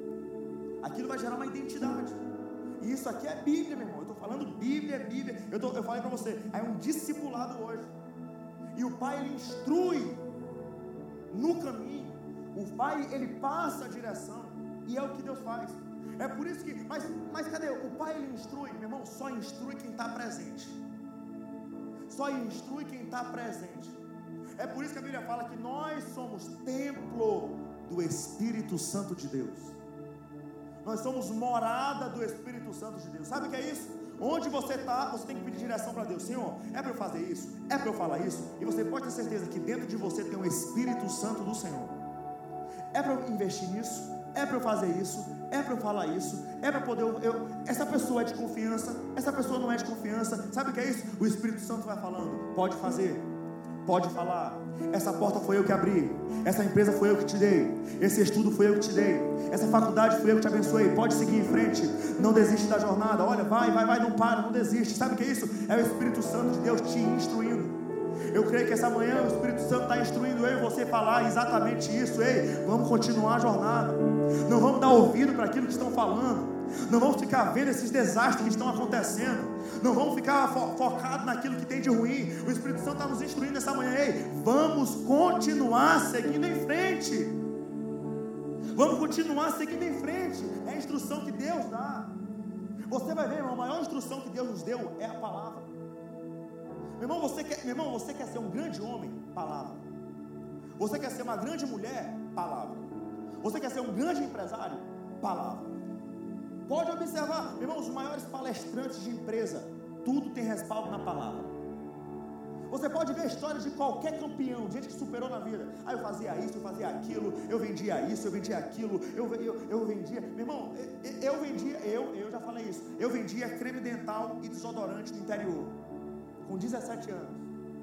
aquilo vai gerar uma identidade. E isso aqui é Bíblia, meu irmão. Eu estou falando Bíblia. Eu falei para você, é um discipulado hoje. E o pai, ele instrui no caminho. O pai, ele passa a direção. E é o que Deus faz. É por isso que, mas cadê? O pai, ele instrui, meu irmão, só instrui quem está presente. Só instrui quem está presente. É por isso que a Bíblia fala que nós somos templo do Espírito Santo de Deus. Nós somos morada do Espírito Santo de Deus. Sabe o que é isso? Onde você está, você tem que pedir direção para Deus. Senhor, é para eu fazer isso? É para eu falar isso? E você pode ter certeza que dentro de você tem o Espírito Santo do Senhor. É para eu investir nisso? É para eu fazer isso? É para eu falar isso? É para poder essa pessoa é de confiança? Essa pessoa não é de confiança? Sabe o que é isso? O Espírito Santo vai falando: pode fazer, pode falar. Essa porta foi eu que abri. Essa empresa foi eu que te dei. Esse estudo foi eu que te dei. Essa faculdade foi eu que te abençoei. Pode seguir em frente. Não desiste da jornada. Olha, vai, não para, não desiste. Sabe o que é isso? É o Espírito Santo de Deus te instruindo. Eu creio que essa manhã o Espírito Santo está instruindo eu e você falar exatamente isso. Ei, vamos continuar a jornada. Não vamos dar ouvido para aquilo que estão falando. Não vamos ficar vendo esses desastres que estão acontecendo. Não vamos ficar focados naquilo que tem de ruim. O Espírito Santo está nos instruindo nessa manhã. Ei, vamos continuar seguindo em frente. Vamos continuar seguindo em frente. É a instrução que Deus dá. Você vai ver, irmão, a maior instrução que Deus nos deu é a palavra. Meu irmão, você quer ser um grande homem? Palavra. Você quer ser uma grande mulher? Palavra. Você quer ser um grande empresário? Palavra. Pode observar, meu irmão, os maiores palestrantes de empresa, tudo tem respaldo na palavra. Você pode ver histórias de qualquer campeão, gente que superou na vida. Eu fazia isso, eu fazia aquilo, eu vendia isso, eu vendia aquilo, eu vendia, meu irmão, eu já falei isso, eu vendia creme dental e desodorante no interior, com 17 anos.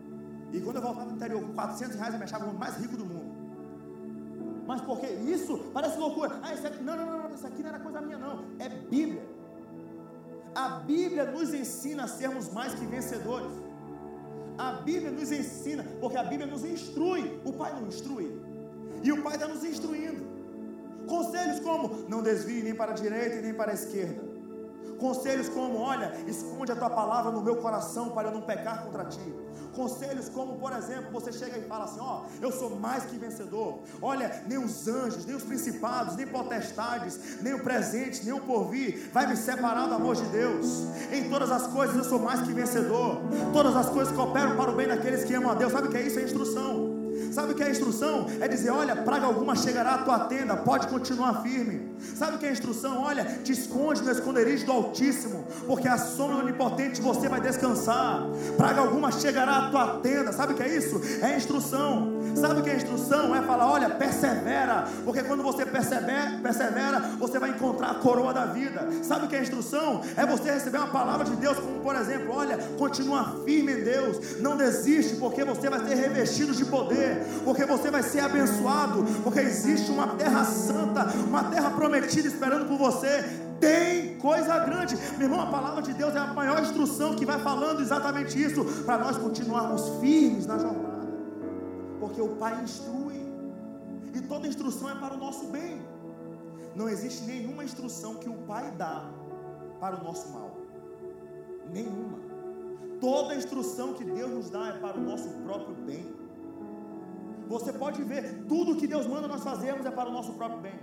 E quando eu voltava no interior com R$400, eu me achava o mais rico do mundo. Mas por quê? Isso parece loucura. Isso aqui, não, isso aqui não era coisa minha não, é Bíblia. A Bíblia nos ensina a sermos mais que vencedores. A Bíblia nos ensina, porque a Bíblia nos instrui. O Pai não instrui, e o Pai está nos instruindo. Conselhos como: não desvie nem para a direita e nem para a esquerda. Conselhos como: olha, esconde a tua palavra no meu coração para eu não pecar contra ti. Conselhos como, por exemplo, você chega e fala assim: eu sou mais que vencedor. Olha, nem os anjos, nem os principados, nem potestades, nem o presente, nem o porvir vai me separar do amor de Deus. Em todas as coisas eu sou mais que vencedor. Todas as coisas cooperam para o bem daqueles que amam a Deus. Sabe o que é isso? É instrução. Sabe o que é instrução? É dizer: olha, praga alguma chegará à tua tenda, pode continuar firme. Sabe o que é instrução? Olha, te esconde no esconderijo do Altíssimo, porque a sombra onipotente você vai descansar. Praga alguma chegará à tua tenda. Sabe o que é isso? É instrução. Sabe o que é instrução? É falar: olha, persevera, porque quando você persevera, você vai encontrar a coroa da vida. Sabe o que é instrução? É você receber uma palavra de Deus, como por exemplo: olha, continua firme em Deus, não desiste, porque você vai ser revestido de poder, porque você vai ser abençoado, porque existe uma terra santa, uma terra prometida esperando por você. Tem coisa grande, meu irmão. A palavra de Deus é a maior instrução, que vai falando exatamente isso, para nós continuarmos firmes na jornada, porque o Pai instrui, e toda instrução é para o nosso bem. Não existe nenhuma instrução que o Pai dá para o nosso mal, nenhuma. Toda instrução que Deus nos dá é para o nosso próprio bem. Você pode ver, tudo que Deus manda nós fazermos é para o nosso próprio bem.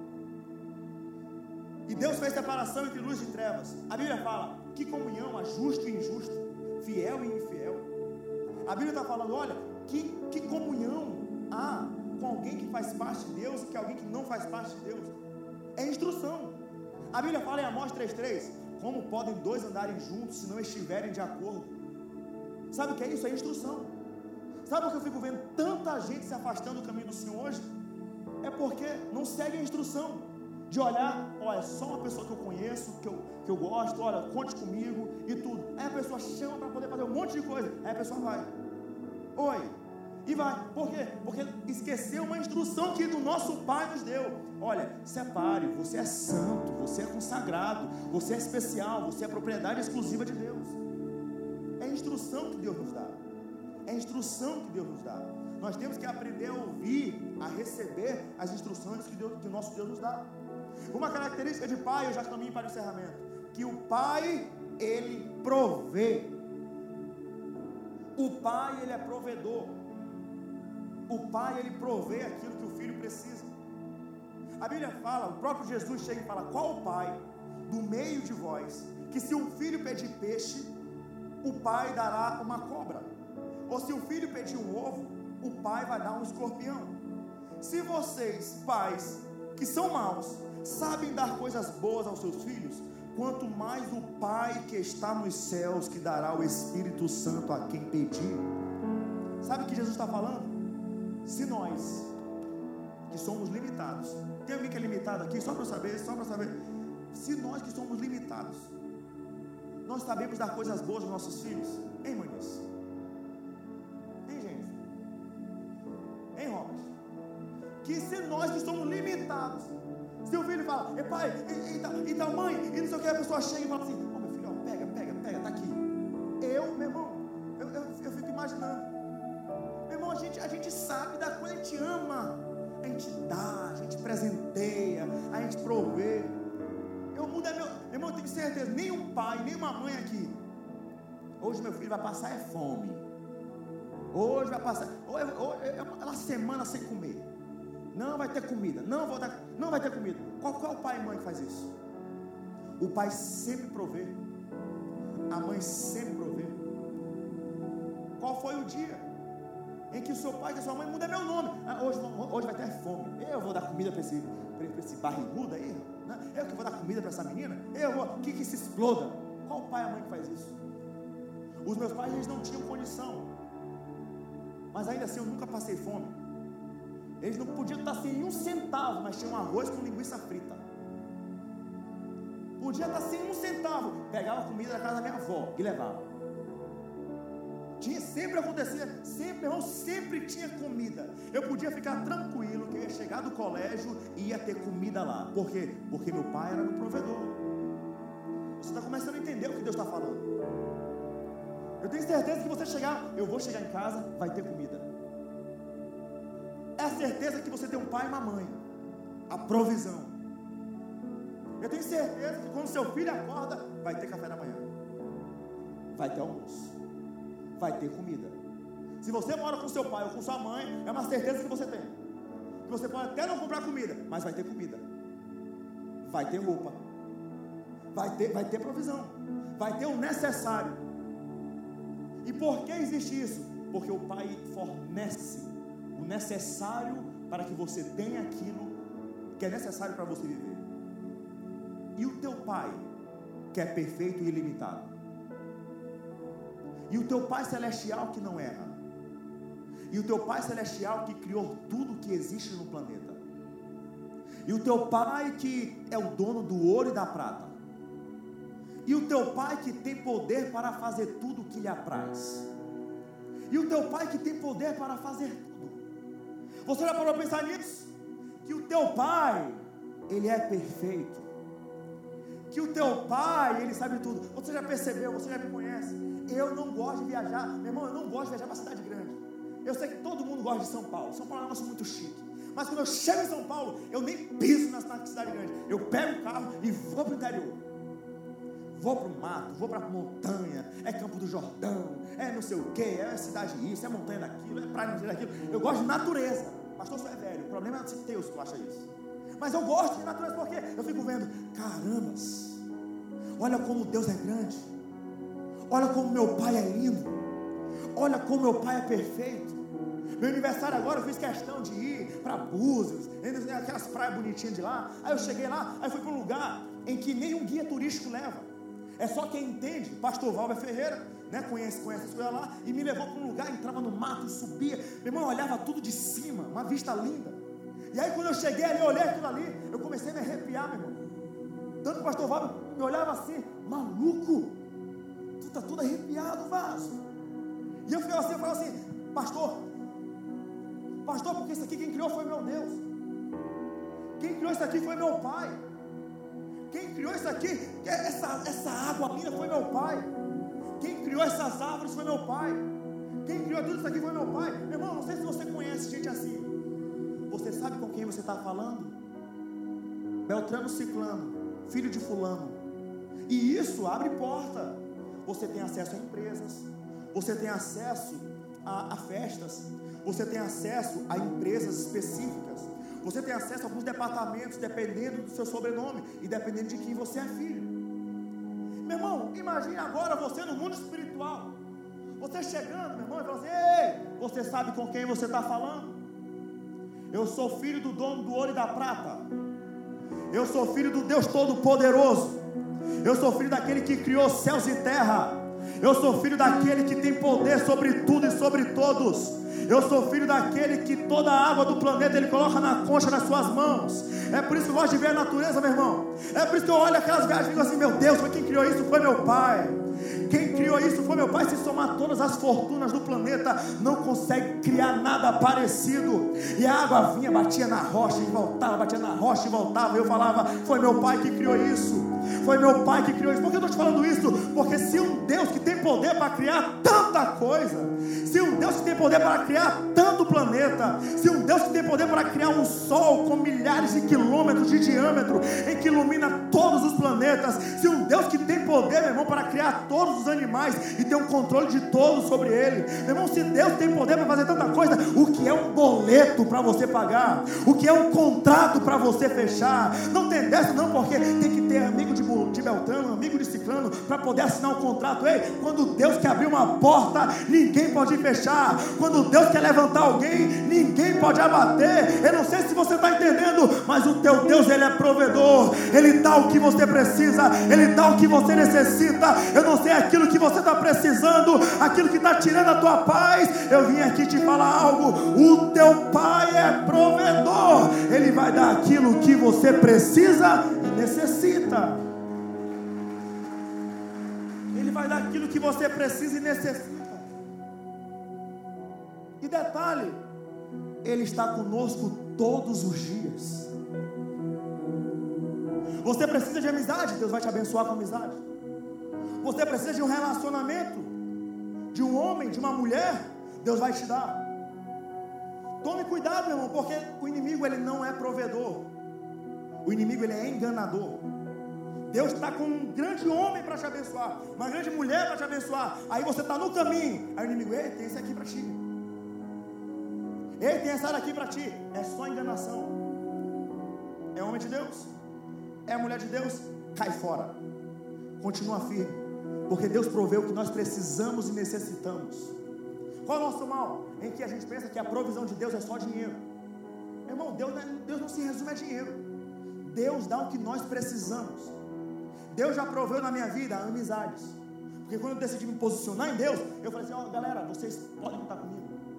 E Deus fez separação entre luz e trevas. A Bíblia fala: que comunhão há justo e injusto, fiel e infiel. A Bíblia está falando: olha, que comunhão há com alguém que faz parte de Deus e que alguém que não faz parte de Deus. É instrução. A Bíblia fala em Amós 3,3: como podem dois andarem juntos se não estiverem de acordo? Sabe o que é isso? É instrução. Sabe o que eu fico vendo tanta gente se afastando do caminho do Senhor hoje? É porque não segue a instrução de olhar: olha, é só uma pessoa que eu conheço, que eu gosto, olha, conte comigo e tudo. Aí a pessoa chama para poder fazer um monte de coisa, aí a pessoa vai: oi, e vai. Por quê? Porque esqueceu uma instrução que o nosso Pai nos deu. Olha, separe, você é santo, você é consagrado, você é especial, você é propriedade exclusiva de Deus. É a instrução que Deus nos dá. É a instrução que Deus nos dá. Nós temos que aprender a ouvir, a receber as instruções que o nosso Deus nos dá. Uma característica de Pai, eu já caminho para o encerramento, que o Pai, Ele provê. O Pai, Ele é provedor. O Pai, Ele provê aquilo que o Filho precisa. A Bíblia fala, o próprio Jesus chega e fala: qual o pai do meio de vós, que se um filho pedir peixe, o pai dará uma cobra? Ou se o filho pedir um ovo, o pai vai dar um escorpião? Se vocês, pais, que são maus, sabem dar coisas boas aos seus filhos, quanto mais o Pai que está nos céus, que dará o Espírito Santo a quem pedir. Sabe o que Jesus está falando? Se nós, que somos limitados, tem alguém que é limitado aqui? Só para saber, se nós que somos limitados, nós sabemos dar coisas boas aos nossos filhos, hein, Manice? Hein, gente? Hein, Robert? Que se nós que somos limitados, se o filho fala: pai, então mãe, e não sei o que, a pessoa chega e fala assim: meu filho, ó, pega, tá aqui. Meu irmão, eu fico imaginando, meu irmão, a gente sabe da coisa, a gente ama, a gente dá, a gente presenteia, a gente provê. O mundo é meu irmão, eu tenho certeza, nenhum pai, nenhuma mãe aqui, hoje meu filho vai passar fome, hoje vai passar, é uma semana sem comer. Não vai ter comida, não vai ter comida. Qual é o pai e mãe que faz isso? O pai sempre provê, a mãe sempre provê. Qual foi o dia em que o seu pai e a sua mãe mudam meu nome? Hoje vai ter fome, eu vou dar comida para esse barrigudo aí, né? Eu que vou dar comida para essa menina, que se exploda. Qual o pai e a mãe que faz isso? Os meus pais, eles não tinham condição, mas ainda assim eu nunca passei fome. Eles não podiam estar sem um centavo, mas tinham arroz com linguiça frita. Podia estar sem um centavo, pegava comida da casa da minha avó e levava. Sempre acontecia, sempre, irmão, sempre tinha comida. Eu podia ficar tranquilo que eu ia chegar do colégio e ia ter comida lá. Por quê? Porque meu pai era meu provedor. Você está começando a entender o que Deus está falando. Eu tenho certeza que você chegar, eu vou chegar em casa, vai ter comida. É a certeza que você tem um pai e uma mãe, a provisão. Eu tenho certeza que quando seu filho acorda, vai ter café da manhã, vai ter almoço, vai ter comida. Se você mora com seu pai ou com sua mãe, é uma certeza que você tem, que você pode até não comprar comida, mas vai ter comida, vai ter roupa, vai ter provisão, vai ter o necessário. E por que existe isso? Porque o pai fornece o necessário para que você tenha aquilo que é necessário para você viver. E o teu pai, que é perfeito e ilimitado, e o teu pai celestial que não erra, e o teu pai celestial que criou tudo que existe no planeta, e o teu pai que é o dono do ouro e da prata, e o teu pai que tem poder para fazer tudo o que lhe apraz, e o teu pai que tem poder para fazer tudo. Você já parou para pensar nisso? Que o teu pai, ele é perfeito, que o teu pai, ele sabe tudo. Você já percebeu, você já me conhece. Eu não gosto de viajar, meu irmão, eu não gosto de viajar para cidade grande. Eu sei que todo mundo gosta de São Paulo. São Paulo é um negócio muito chique. Mas quando eu chego em São Paulo, eu nem piso na cidade grande. Eu pego o carro e vou para o interior. Vou para o mato, vou para a montanha, é Campo do Jordão, é não sei o que, é cidade isso, é montanha daquilo, é praia daquilo. Eu gosto de natureza. Pastor, você é velho, o problema é teu se tu acha isso. Mas eu gosto de natureza porque eu fico vendo, carambas, olha como Deus é grande, olha como meu pai é lindo, olha como meu pai é perfeito. Meu aniversário agora eu fiz questão de ir para Búzios, aquelas praias bonitinhas de lá. Aí eu cheguei lá, aí fui para um lugar em que nenhum guia turístico leva. É só quem entende. Pastor Valber Ferreira, né, conhece as coisas lá, e me levou para um lugar, entrava no mato, subia, meu irmão, eu olhava tudo de cima, uma vista linda. E aí quando eu cheguei ali, eu olhei aquilo ali, eu comecei a me arrepiar, meu irmão. Tanto que o pastor Valber me olhava assim, maluco, tu tá tudo arrepiado, vaso. E eu ficava assim, eu falava assim, pastor, porque isso aqui quem criou foi meu Deus. Quem criou isso aqui foi meu pai. Quem criou isso aqui, essa água linda foi meu pai. Quem criou essas árvores foi meu pai. Quem criou tudo isso aqui foi meu pai. Meu irmão, não sei se você conhece gente assim. Você sabe com quem você está falando? Beltrano Ciclano, filho de fulano. E isso abre porta. Você tem acesso a empresas, você tem acesso a festas, você tem acesso a empresas específicas, você tem acesso a alguns departamentos, dependendo do seu sobrenome e dependendo de quem você é filho. Meu irmão, imagine agora você no mundo espiritual, você chegando, meu irmão, e falando assim, ei, você sabe com quem você está falando? Eu sou filho do dono do ouro e da prata, eu sou filho do Deus Todo-Poderoso, eu sou filho daquele que criou céus e terra, eu sou filho daquele que tem poder sobre tudo e sobre todos. Eu sou filho daquele que toda a água do planeta Ele coloca na concha das suas mãos. É por isso que eu gosto de ver a natureza, meu irmão. É por isso que eu olho aquelas viagens e digo assim, meu Deus, quem criou isso foi meu pai. Quem criou isso foi meu pai. Se somar todas as fortunas do planeta, não consegue criar nada parecido. E a água vinha, batia na rocha e voltava, batia na rocha e voltava. Eu falava, foi meu pai que criou isso. Foi meu pai que criou isso. Por que eu estou te falando isso? Porque se um Deus que tem poder para criar tanta coisa, se um Deus que tem poder para criar tanto planeta, se um Deus que tem poder para criar um sol com milhares de quilômetros de diâmetro, em que ilumina todos os planetas, se um Deus que tem poder, meu irmão, para criar todos os animais e ter um controle de todos sobre ele, meu irmão, se Deus tem poder para fazer tanta coisa, o que é um boleto para você pagar? O que é um contrato para você fechar? Não tem dessa não, porque tem que ter amigo de Beltrano, amigo de Ciclano, para poder assinar um contrato. Ei, quando Deus quer abrir uma porta, ninguém pode fechar. Quando Deus quer levantar alguém, ninguém pode abater. Eu não sei se você está entendendo, mas o teu Deus, Ele é provedor. Ele dá o que você precisa, Ele dá o que você necessita. Eu não sei aquilo que você está precisando, aquilo que está tirando a tua paz. Eu vim aqui te falar algo. O teu Pai é provedor. Ele vai dar aquilo que você precisa e necessita. Ele vai dar aquilo que você precisa e necessita. E detalhe, Ele está conosco todos os dias. Você precisa de amizade, Deus vai te abençoar com amizade. Você precisa de um relacionamento, de um homem, de uma mulher, Deus vai te dar. Tome cuidado, meu irmão, porque o inimigo, ele não é provedor. O inimigo, ele é enganador. Deus está com um grande homem para te abençoar, uma grande mulher para te abençoar. Aí você está no caminho, aí o inimigo, ei, tem esse aqui para ti. Ei, tem essa aqui para ti. É só enganação. É homem de Deus, é mulher de Deus, cai fora. Continua firme, porque Deus proveu o que nós precisamos e necessitamos. Qual é o nosso mal? Em que a gente pensa que a provisão de Deus é só dinheiro. Meu irmão, Deus não se resume a dinheiro. Deus dá o que nós precisamos. Deus já proveu na minha vida amizades. Porque quando eu decidi me posicionar em Deus, eu falei assim, ó, galera, vocês podem contar comigo,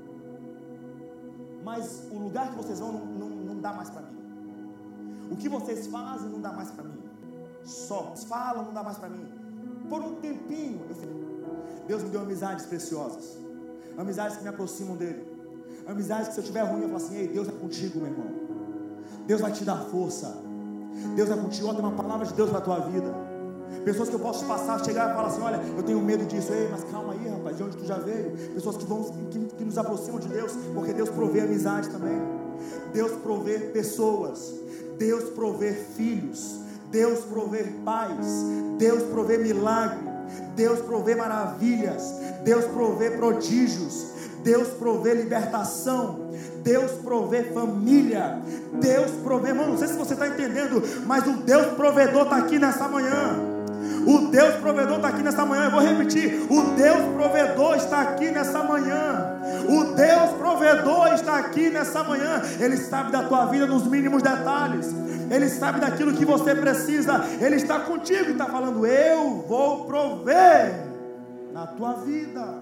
mas o lugar que vocês vão não dá mais para mim. O que vocês fazem não dá mais para mim. Só falam, não dá mais para mim. Por um tempinho, Deus me deu amizades preciosas, amizades que me aproximam dele, amizades que se eu estiver ruim, eu falo assim, ei, Deus é contigo, meu irmão. Deus vai te dar força. Deus é contigo. Tem uma palavra de Deus para a tua vida. Pessoas que eu posso passar, chegar e falar assim, olha, eu tenho medo disso. Ei, mas calma aí, rapaz, de onde tu já veio? Pessoas que nos aproximam de Deus, porque Deus provê amizade também. Deus provê pessoas. Deus provê filhos. Deus provê pais. Deus provê milagre. Deus provê maravilhas. Deus provê prodígios. Deus provê libertação. Deus provê família. Deus provê, irmão, não sei se você está entendendo, mas o Deus provedor está aqui nessa manhã. O Deus provedor está aqui nessa manhã. Eu vou repetir, o Deus provedor está aqui nessa manhã. O Deus provedor está aqui nessa manhã. Ele sabe da tua vida nos mínimos detalhes. Ele sabe daquilo que você precisa. Ele está contigo e está falando, eu vou prover na tua vida.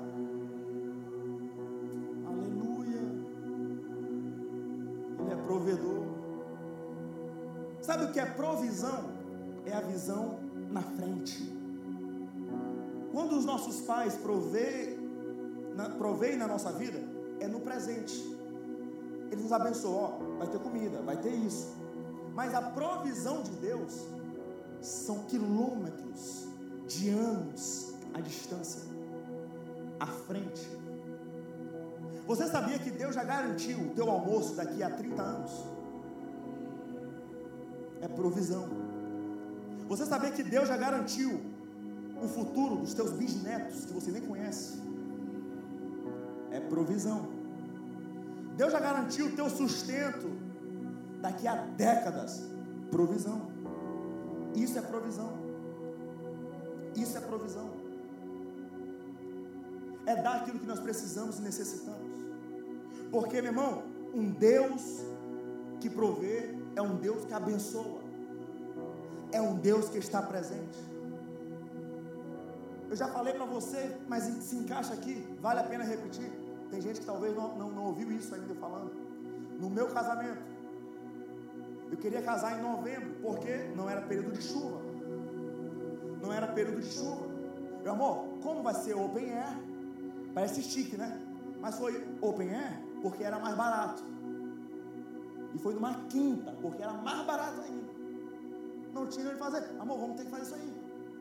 Provedor. Sabe o que é provisão? É a visão na frente. Quando os nossos pais provêem na nossa vida, é no presente. Eles nos abençoam, ó, vai ter comida, vai ter isso. Mas a provisão de Deus são quilômetros de anos à distância, à frente. Você sabia que Deus já garantiu o teu almoço daqui a 30 anos? É provisão. Você sabia que Deus já garantiu o futuro dos teus bisnetos que você nem conhece? É provisão. Deus já garantiu o teu sustento daqui a décadas. Provisão. Isso é provisão. Isso é provisão. É dar aquilo que nós precisamos e necessitamos. Porque, meu irmão, um Deus que provê é um Deus que abençoa. É um Deus que está presente. Eu já falei para você, mas se encaixa aqui, vale a pena repetir. Tem gente que talvez não ouviu isso ainda falando. No meu casamento, eu queria casar em novembro, porque não era período de chuva. Não era período de chuva. Meu amor, como vai ser open air? Parece chique, né? Mas foi open air porque era mais barato. E foi numa quinta, porque era mais barato ainda. Não tinha onde fazer. Amor, vamos ter que fazer isso aí.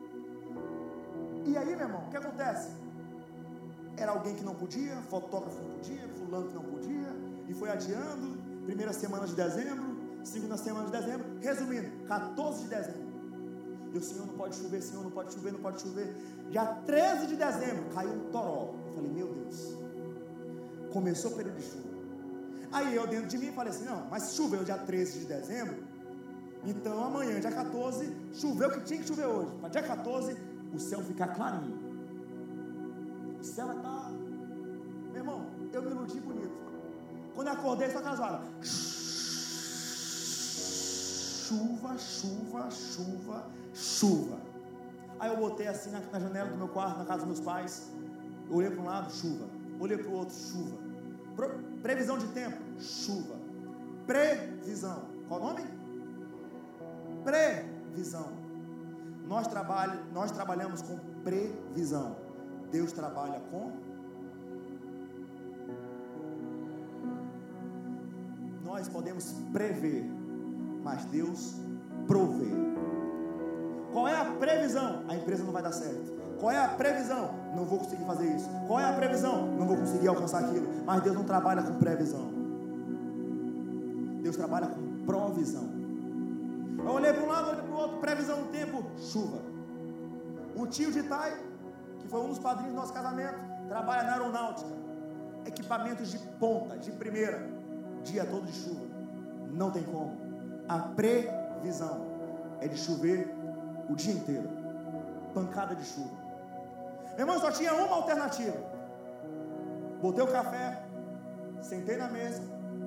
E aí, meu irmão, o que acontece? Era alguém que não podia, fotógrafo não podia, fulano que não podia, e foi adiando. Primeira semana de dezembro, segunda semana de dezembro, resumindo, 14 de dezembro. E o Senhor não pode chover, Senhor não pode chover, não pode chover. Dia 13 de dezembro, caiu um toró. Eu falei, meu Deus, começou o período de chuva. Aí eu dentro de mim falei assim, não, mas choveu dia 13 de dezembro, então amanhã, dia 14, choveu o que tinha que chover hoje. Para dia 14, o céu ficar clarinho. O céu vai estar... Meu irmão, eu me iludi bonito. Quando eu acordei, só casada. Chuva, chuva, chuva, chuva. Aí eu botei assim na janela do meu quarto, na casa dos meus pais. Eu olhei para um lado, chuva. Olhei para o outro, chuva. Previsão de tempo, chuva. Previsão. Qual o nome? Previsão. Nós trabalhamos com previsão. Deus trabalha com nós podemos prever, mas Deus provê. Qual é a previsão? A empresa não vai dar certo. Qual é a previsão? Não vou conseguir fazer isso. Qual é a previsão? Não vou conseguir alcançar aquilo. Mas Deus não trabalha com previsão. Deus trabalha com provisão. Eu olhei para um lado, olhei para o outro. Previsão do tempo, chuva. O tio de Tai, que foi um dos padrinhos do nosso casamento, trabalha na aeronáutica. Equipamentos de ponta, de primeira. Dia todo de chuva. Não tem como. A previsão é de chover o dia inteiro. Pancada de chuva. Meu irmão, só tinha uma alternativa. Botei o café, sentei na mesa.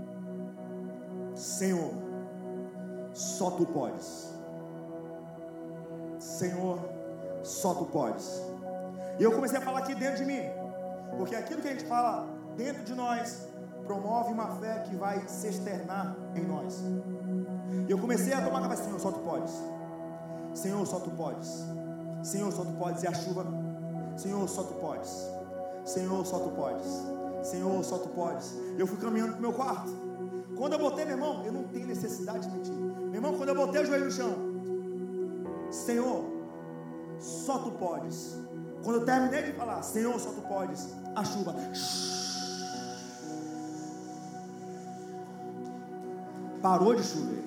Senhor, só tu podes. Senhor, só tu podes. E eu comecei a falar aqui dentro de mim, porque aquilo que a gente fala dentro de nós promove uma fé que vai se externar em nós. E eu comecei a tomar café. Senhor, só tu podes. Senhor, só tu podes. Senhor, só tu podes. E a chuva, Senhor, só tu podes. Senhor, só tu podes. Senhor, só tu podes. Eu fui caminhando para o meu quarto. Quando eu botei, meu irmão, eu não tenho necessidade de mentir. Meu irmão, quando eu botei o joelho no chão, Senhor, só tu podes. Quando eu terminei de falar, Senhor, só tu podes, a chuva parou de chover.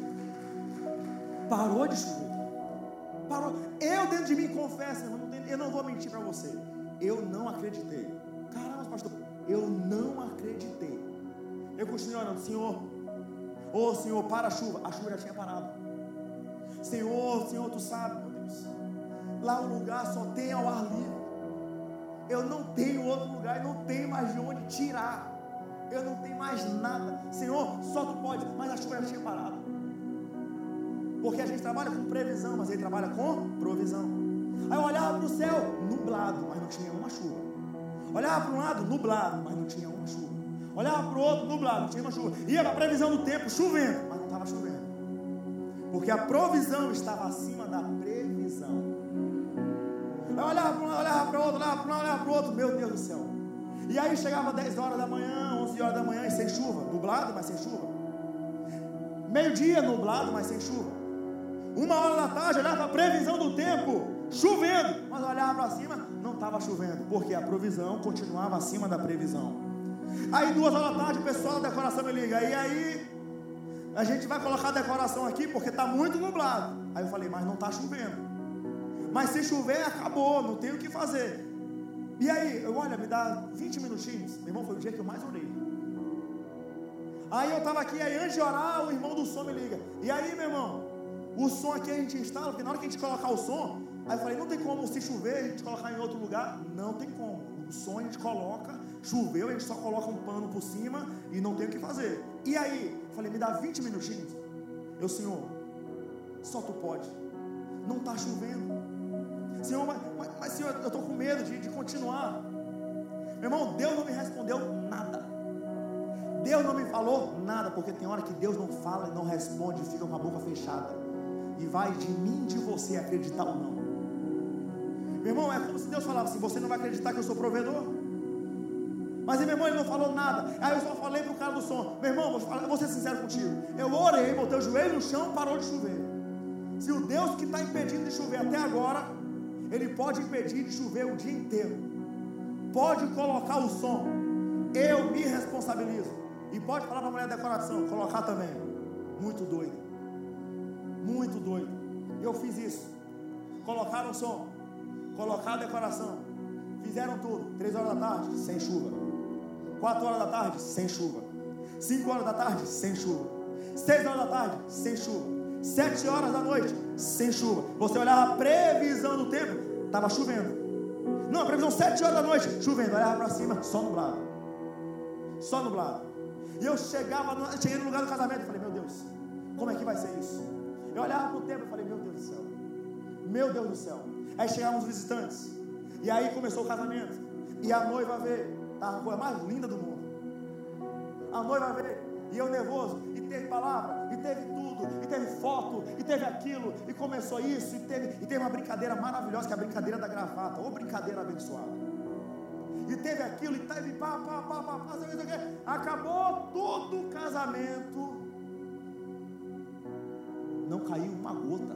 Parou de chover. Parou. Eu dentro de mim confesso, eu não vou mentir para você. Eu não acreditei. Caramba, pastor, eu não acreditei. Eu continuei orando, Senhor, ô Senhor, para a chuva. A chuva já tinha parado. Senhor, Senhor, tu sabe, meu Deus, lá o lugar só tem ao ar livre. Eu não tenho outro lugar, eu não tenho mais de onde tirar. Eu não tenho mais nada. Senhor, só tu pode. Mas a chuva já tinha parado. Porque a gente trabalha com previsão, mas ele trabalha com provisão. Aí eu olhava para o céu, nublado, mas não tinha uma chuva. Olhava para um lado, nublado, mas não tinha uma chuva. Olhava para o outro, nublado, não tinha uma chuva. Ia para a previsão do tempo, chovendo, mas não estava chovendo. Porque a provisão estava acima da previsão. Eu olhava para um lado, olhava para o outro, olhava para um lado, olhava para o outro, meu Deus do céu. E aí chegava 10 horas da manhã, 11 horas da manhã e sem chuva. Nublado, mas sem chuva. Meio-dia, nublado, mas sem chuva. 1h da tarde, olhava para a previsão do tempo, chovendo, mas olhava para cima, não estava chovendo, porque a provisão continuava acima da previsão. Aí 2h da tarde, o pessoal da decoração me liga, e aí, a gente vai colocar a decoração aqui, porque está muito nublado. Aí eu falei, mas não está chovendo. Mas se chover, acabou, não tem o que fazer. E aí, olha, me dá 20 minutinhos. Meu irmão, foi o dia que eu mais orei. Aí eu estava aqui, aí antes de orar, o irmão do som me liga. E aí, meu irmão, o som aqui a gente instala, porque na hora que a gente colocar o som, aí eu falei, não tem como se chover, a gente colocar em outro lugar. Não tem como. O som a gente coloca, choveu, a gente só coloca um pano por cima e não tem o que fazer. E aí, eu falei, me dá 20 minutinhos. Eu, Senhor, só tu pode. Não está chovendo. Senhor, mas Senhor, eu estou com medo de continuar. Meu irmão, Deus não me respondeu nada. Deus não me falou nada, porque tem hora que Deus não fala e não responde, fica com a boca fechada. E vai de mim, de você, acreditar ou não. Meu irmão, é como se Deus falava assim, você não vai acreditar que eu sou provedor? Mas meu irmão, ele não falou nada. Aí eu só falei para o cara do som, meu irmão, vou ser sincero contigo. Eu orei, botei o joelho no chão, parou de chover. Se o Deus que está impedindo de chover até agora, Ele pode impedir de chover o dia inteiro. Pode colocar o som. Eu me responsabilizo. E pode falar para a mulher da decoração, colocar também. Muito doido. Muito doido. Eu fiz isso. Colocaram o som. Colocaram a decoração. Fizeram tudo. 3 horas da tarde, sem chuva. 4 horas da tarde, sem chuva. 5 horas da tarde, sem chuva. 6 horas da tarde, sem chuva. 7 horas da noite, sem chuva. Você olhava a previsão do tempo, estava chovendo. Não, a previsão 7 horas da noite, chovendo. Olhava para cima, só nublado. Só nublado. E eu cheguei no lugar do casamento e falei, meu Deus, como é que vai ser isso? Eu olhava para o tempo e falei, meu Deus do céu. Meu Deus do céu. Aí chegaram os visitantes. E aí começou o casamento. E a noiva veio. Estava a coisa mais linda do mundo. A noiva veio. E eu nervoso. E teve palavra. E teve tudo. E teve foto. E teve aquilo. E começou isso. E teve uma brincadeira maravilhosa, que é a brincadeira da gravata. Ou brincadeira abençoada. E teve aquilo. E teve pá. Acabou todo o casamento. não caiu uma gota.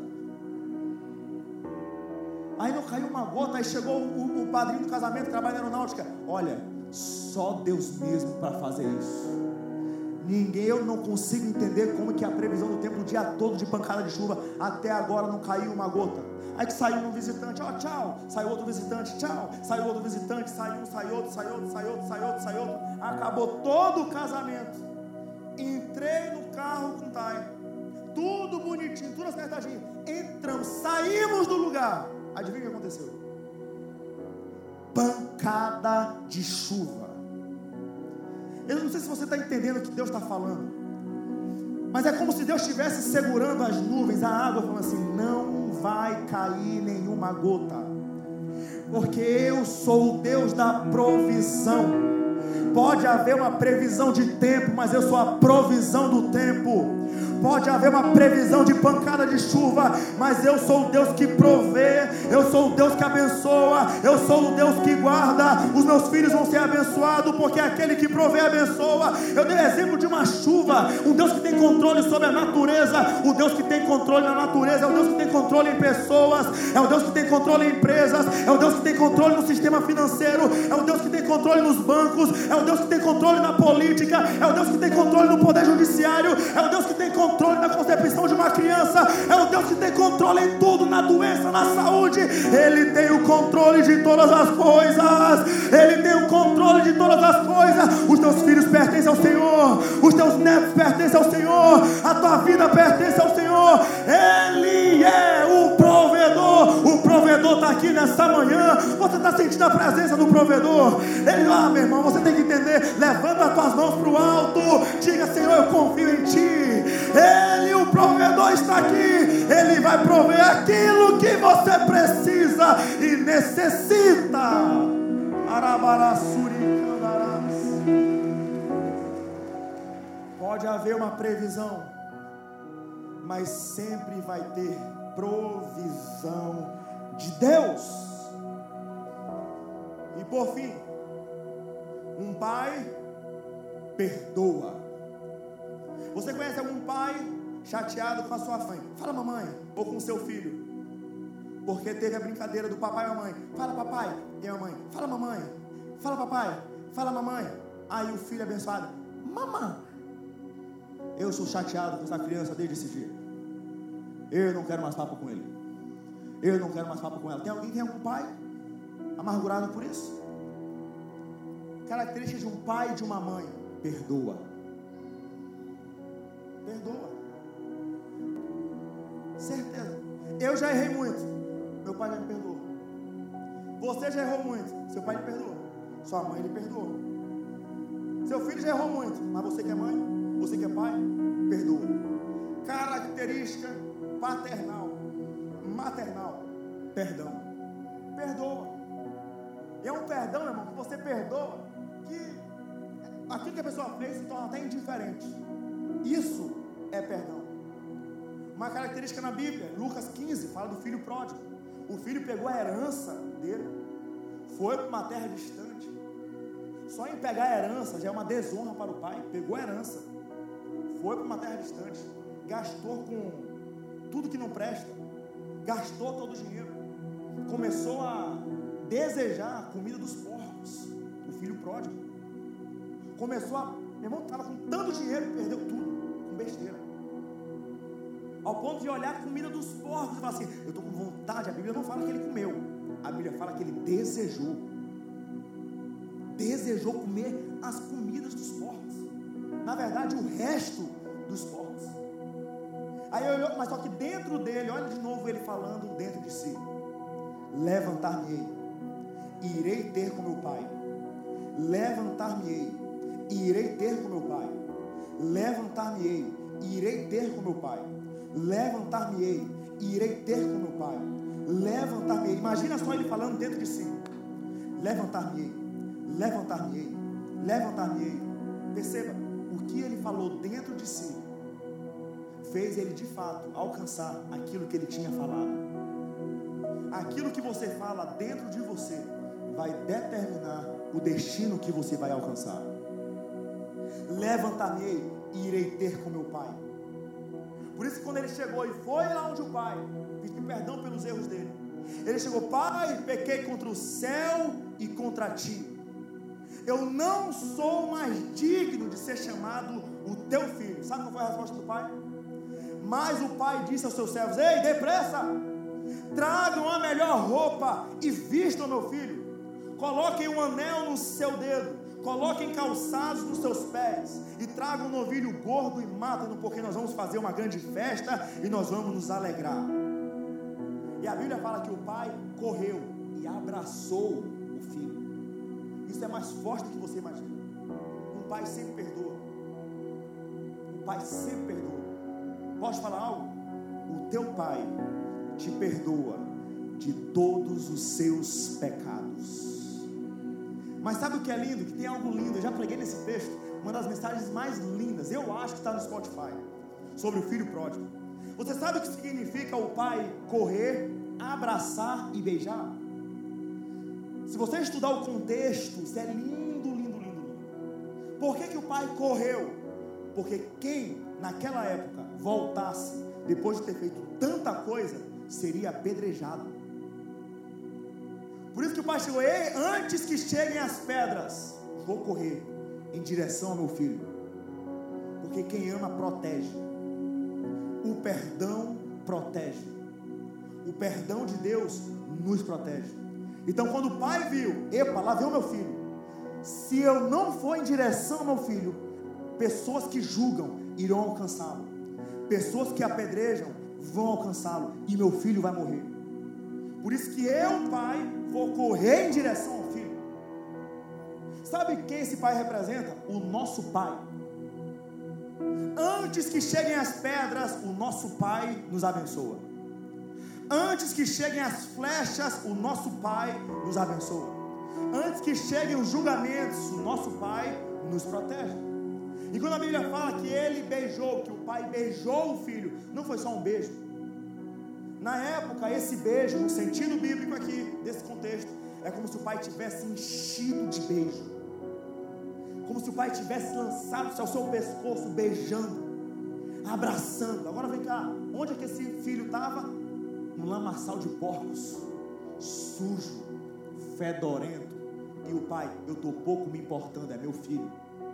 Aí não caiu uma gota. Aí chegou o padrinho do casamento, trabalha na aeronáutica. Olha, só Deus mesmo para fazer isso. Eu não consigo entender como que a previsão do tempo, o dia todo de pancada de chuva, até agora não caiu uma gota. Aí que saiu um visitante, ó, tchau, saiu outro visitante, tchau, saiu outro visitante, sai um, sai outro, sai outro, sai outro, sai outro, sai outro. Acabou todo o casamento. Entrei no carro com o Thay, tudo bonitinho, tudo acertadinho. Entramos, saímos do lugar. Adivinha o que aconteceu? Pancada de chuva. Eu não sei se você está entendendo o que Deus está falando, mas é como se Deus estivesse segurando as nuvens, a água, falando assim: não vai cair nenhuma gota, porque eu sou o Deus da provisão. Pode haver uma previsão de tempo, mas eu sou a provisão do tempo. Pode haver uma previsão de pancada de chuva, mas eu sou o Deus que provê, eu sou o Deus que abençoa, eu sou o Deus que guarda. Os meus filhos vão ser abençoados, porque aquele que provê abençoa. Eu dei exemplo de uma chuva, um Deus que tem controle sobre a natureza. O Deus que tem controle na natureza é o Deus que tem controle em pessoas, é o Deus que tem controle em empresas, é o Deus que tem controle no sistema financeiro, é o Deus que tem controle nos bancos, é o Deus que tem controle na política, é o Deus que tem controle no poder judiciário, é o Deus que tem controle na concepção de uma criança, é o Deus que tem controle em tudo, na doença, na saúde. Ele tem o controle de todas as coisas, Ele tem o controle de todas as coisas. Os teus filhos pertencem ao Senhor, os teus netos pertencem ao Senhor, a tua vida pertence ao Senhor. Ele é o provedor está aqui nessa manhã. Você está sentindo a presença do provedor? Ele, meu irmão, você tem que entender. Levanta as tuas mãos para o alto, diga: Senhor, eu confio em Ti. Ele, o provedor, está aqui. Ele vai prover aquilo que você precisa e necessita. Pode haver uma previsão, mas sempre vai ter provisão de Deus. E por fim, um pai perdoa. Você conhece algum pai chateado com a sua mãe? Fala, mamãe. Ou com o seu filho, porque teve a brincadeira do papai e mamãe. Fala, papai. E a mamãe: fala, mamãe. Fala, papai. Fala, mamãe. Aí o filho abençoado: mamãe. Eu sou chateado com essa criança desde esse dia. Eu não quero mais papo com ele. Eu não quero mais papo com ela. Tem algum pai amargurado por isso? Característica de um pai e de uma mãe: perdoa. Perdoa. Certeza. Eu já errei muito, meu pai já me perdoou. Você já errou muito, seu pai lhe perdoou. Sua mãe lhe perdoou. Seu filho já errou muito, mas você que é mãe, você que é pai, perdoa. Característica paternal, maternal: perdão. Perdoa. É um perdão, meu irmão, que você perdoa, que aquilo que a pessoa fez se torna até indiferente. Isso é perdão. Uma característica na Bíblia, Lucas 15, fala do filho pródigo. O filho pegou a herança dele, foi para uma terra distante. Só em pegar a herança já é uma desonra para o pai. Pegou a herança, foi para uma terra distante, gastou com tudo que não presta, gastou todo o dinheiro, começou a desejar a comida dos porcos. O filho pródigo começou a... Meu irmão estava com tanto dinheiro, perdeu tudo com besteira, ao ponto de olhar a comida dos porcos e falar assim: eu estou com vontade. A Bíblia não fala que ele comeu, a Bíblia fala que ele desejou comer as comidas dos porcos, na verdade o resto dos porcos. Aí olhou, mas só que dentro dele, olha de novo ele falando dentro de si: levantar-me-ei e irei ter com meu pai. Levantar-me-ei e irei ter com meu pai. Levantar-me-ei e irei ter com meu pai. Levantar-me-ei e irei ter com meu pai. Levantar-me-ei. Imagina só ele falando dentro de si: levantar-me-ei, levantar-me-ei, levantar-me-ei. Perceba, o que ele falou dentro de si fez ele de fato alcançar aquilo que ele tinha falado. Aquilo que você fala dentro de você vai determinar o destino que você vai alcançar. Levantar-me-ei e irei ter com meu pai. Por isso que quando ele chegou e foi lá onde o pai pediu perdão pelos erros dele, ele chegou: pai, pequei contra o céu e contra ti, eu não sou mais digno de ser chamado o teu filho. Sabe qual foi a resposta do pai? Mas o pai disse aos seus servos: ei, depressa, tragam a melhor roupa e vistam meu filho, coloquem um anel no seu dedo, coloquem calçados nos seus pés e tragam um novilho gordo e matem-no, porque nós vamos fazer uma grande festa e nós vamos nos alegrar. E a Bíblia fala que o pai correu e abraçou o filho. Isso é mais forte do que você imagina. Um pai sempre perdoa. Um pai sempre perdoa. Posso falar algo? O teu pai te perdoa de todos os seus pecados. Mas sabe o que é lindo? Que tem algo lindo. Eu já preguei nesse texto uma das mensagens mais lindas, eu acho que está no Spotify, sobre o filho pródigo. Você sabe o que significa o pai correr, abraçar e beijar? Se você estudar o contexto, isso é lindo, lindo, lindo, lindo. Por que o pai correu? Porque quem naquela época voltasse depois de ter feito tanta coisa, seria apedrejado. Por isso que o pai chegou: ei, antes que cheguem as pedras, vou correr em direção ao meu filho. Porque quem ama protege. O perdão protege. O perdão de Deus nos protege. Então quando o pai viu: epa, lá vem o meu filho. Se eu não for em direção ao meu filho, pessoas que julgam irão alcançá-lo, pessoas que apedrejam vão alcançá-lo, e meu filho vai morrer. Por isso que eu, pai, vou correr em direção ao filho. Sabe quem esse pai representa? O nosso pai. Antes que cheguem as pedras, o nosso pai nos abençoa. Antes que cheguem as flechas, o nosso pai nos abençoa. Antes que cheguem os julgamentos, o nosso pai nos protege. E quando a Bíblia fala que ele beijou, que o pai beijou o filho, não foi só um beijo. Na época, esse beijo, no sentido bíblico aqui, desse contexto, é como se o pai tivesse enchido de beijo, como se o pai tivesse lançado ao seu pescoço, beijando, abraçando. Agora vem cá, onde é que esse filho estava? Um lamaçal de porcos, sujo, fedorento. E o pai: eu estou pouco me importando, é meu filho.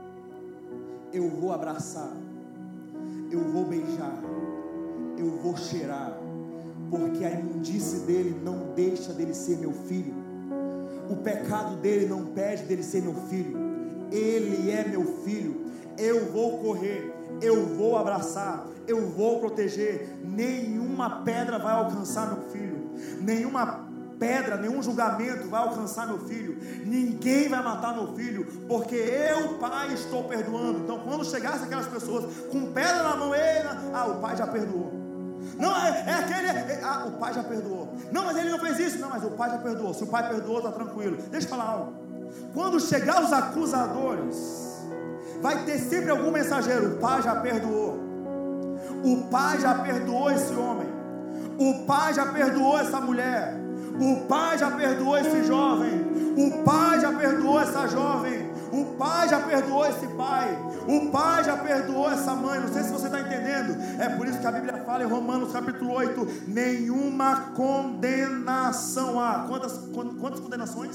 Eu vou abraçar, eu vou beijar, eu vou cheirar, porque a imundície dele não deixa dele ser meu filho, o pecado dele não impede dele ser meu filho, ele é meu filho. Eu vou correr, eu vou abraçar, eu vou proteger. Nenhuma pedra vai alcançar meu filho, nenhuma pedra, nenhum julgamento vai alcançar meu filho, ninguém vai matar meu filho, porque eu, pai, estou perdoando. Então quando chegasse aquelas pessoas com pedra na mão, o pai já perdoou. Não, o pai já perdoou. Não, mas ele não fez isso. Não, mas o pai já perdoou. Se o pai perdoou, está tranquilo. Deixa eu falar algo. Quando chegar os acusadores, vai ter sempre algum mensageiro: o pai já perdoou. O pai já perdoou esse homem. O pai já perdoou essa mulher. O pai já perdoou esse jovem. O pai já perdoou essa jovem. O pai já perdoou esse pai. O pai já perdoou essa mãe. Não sei se você está entendendo. É por isso que a Bíblia fala em Romanos capítulo 8: nenhuma condenação há. Quantas condenações?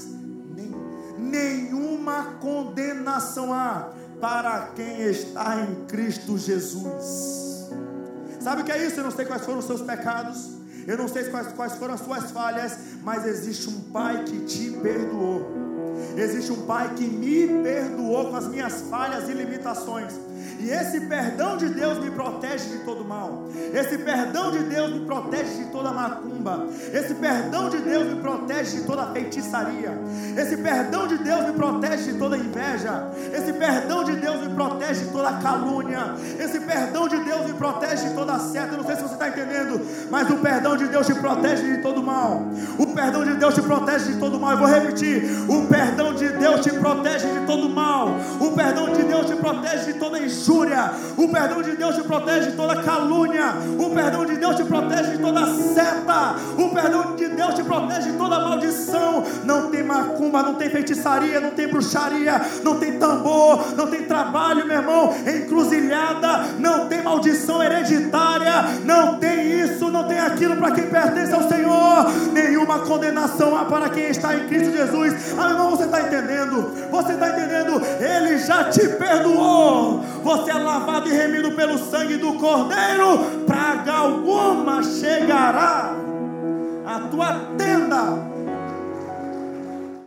Nenhuma condenação há para quem está em Cristo Jesus. Sabe o que é isso? Eu não sei quais foram os seus pecados, eu não sei quais foram as suas falhas, mas existe um pai que te perdoou. Existe um pai que me perdoou com as minhas falhas e limitações. E esse perdão de Deus me protege de todo mal. Esse perdão de Deus me protege de toda macumba. Esse perdão de Deus me protege de toda feitiçaria. Esse perdão de Deus me protege de toda inveja. Esse perdão de Deus me protege de toda calúnia. Esse perdão de Deus me protege de toda seta. Eu não sei se você está entendendo, mas o perdão de Deus te protege de todo mal. O perdão de Deus te protege de todo mal. Eu vou repetir: o perdão de Deus te protege de todo mal. O perdão de Deus te protege de toda injúria. mentira. O perdão de Deus te protege de toda calúnia. O perdão de Deus te protege de toda seta. O perdão de Deus te protege de toda maldição. Não tem macumba, não tem feitiçaria, não tem bruxaria, não tem tambor, não tem trabalho, meu irmão, encruzilhada, não tem maldição hereditária, não tem isso, não tem aquilo para quem pertence ao Senhor. Nenhuma condenação há para quem está em Cristo Jesus. Ah, irmão, você está entendendo? Você está entendendo? Ele já te perdoou. Você é lavado e remido pelo sangue do Cordeiro. Praga alguma chegará à tua tenda.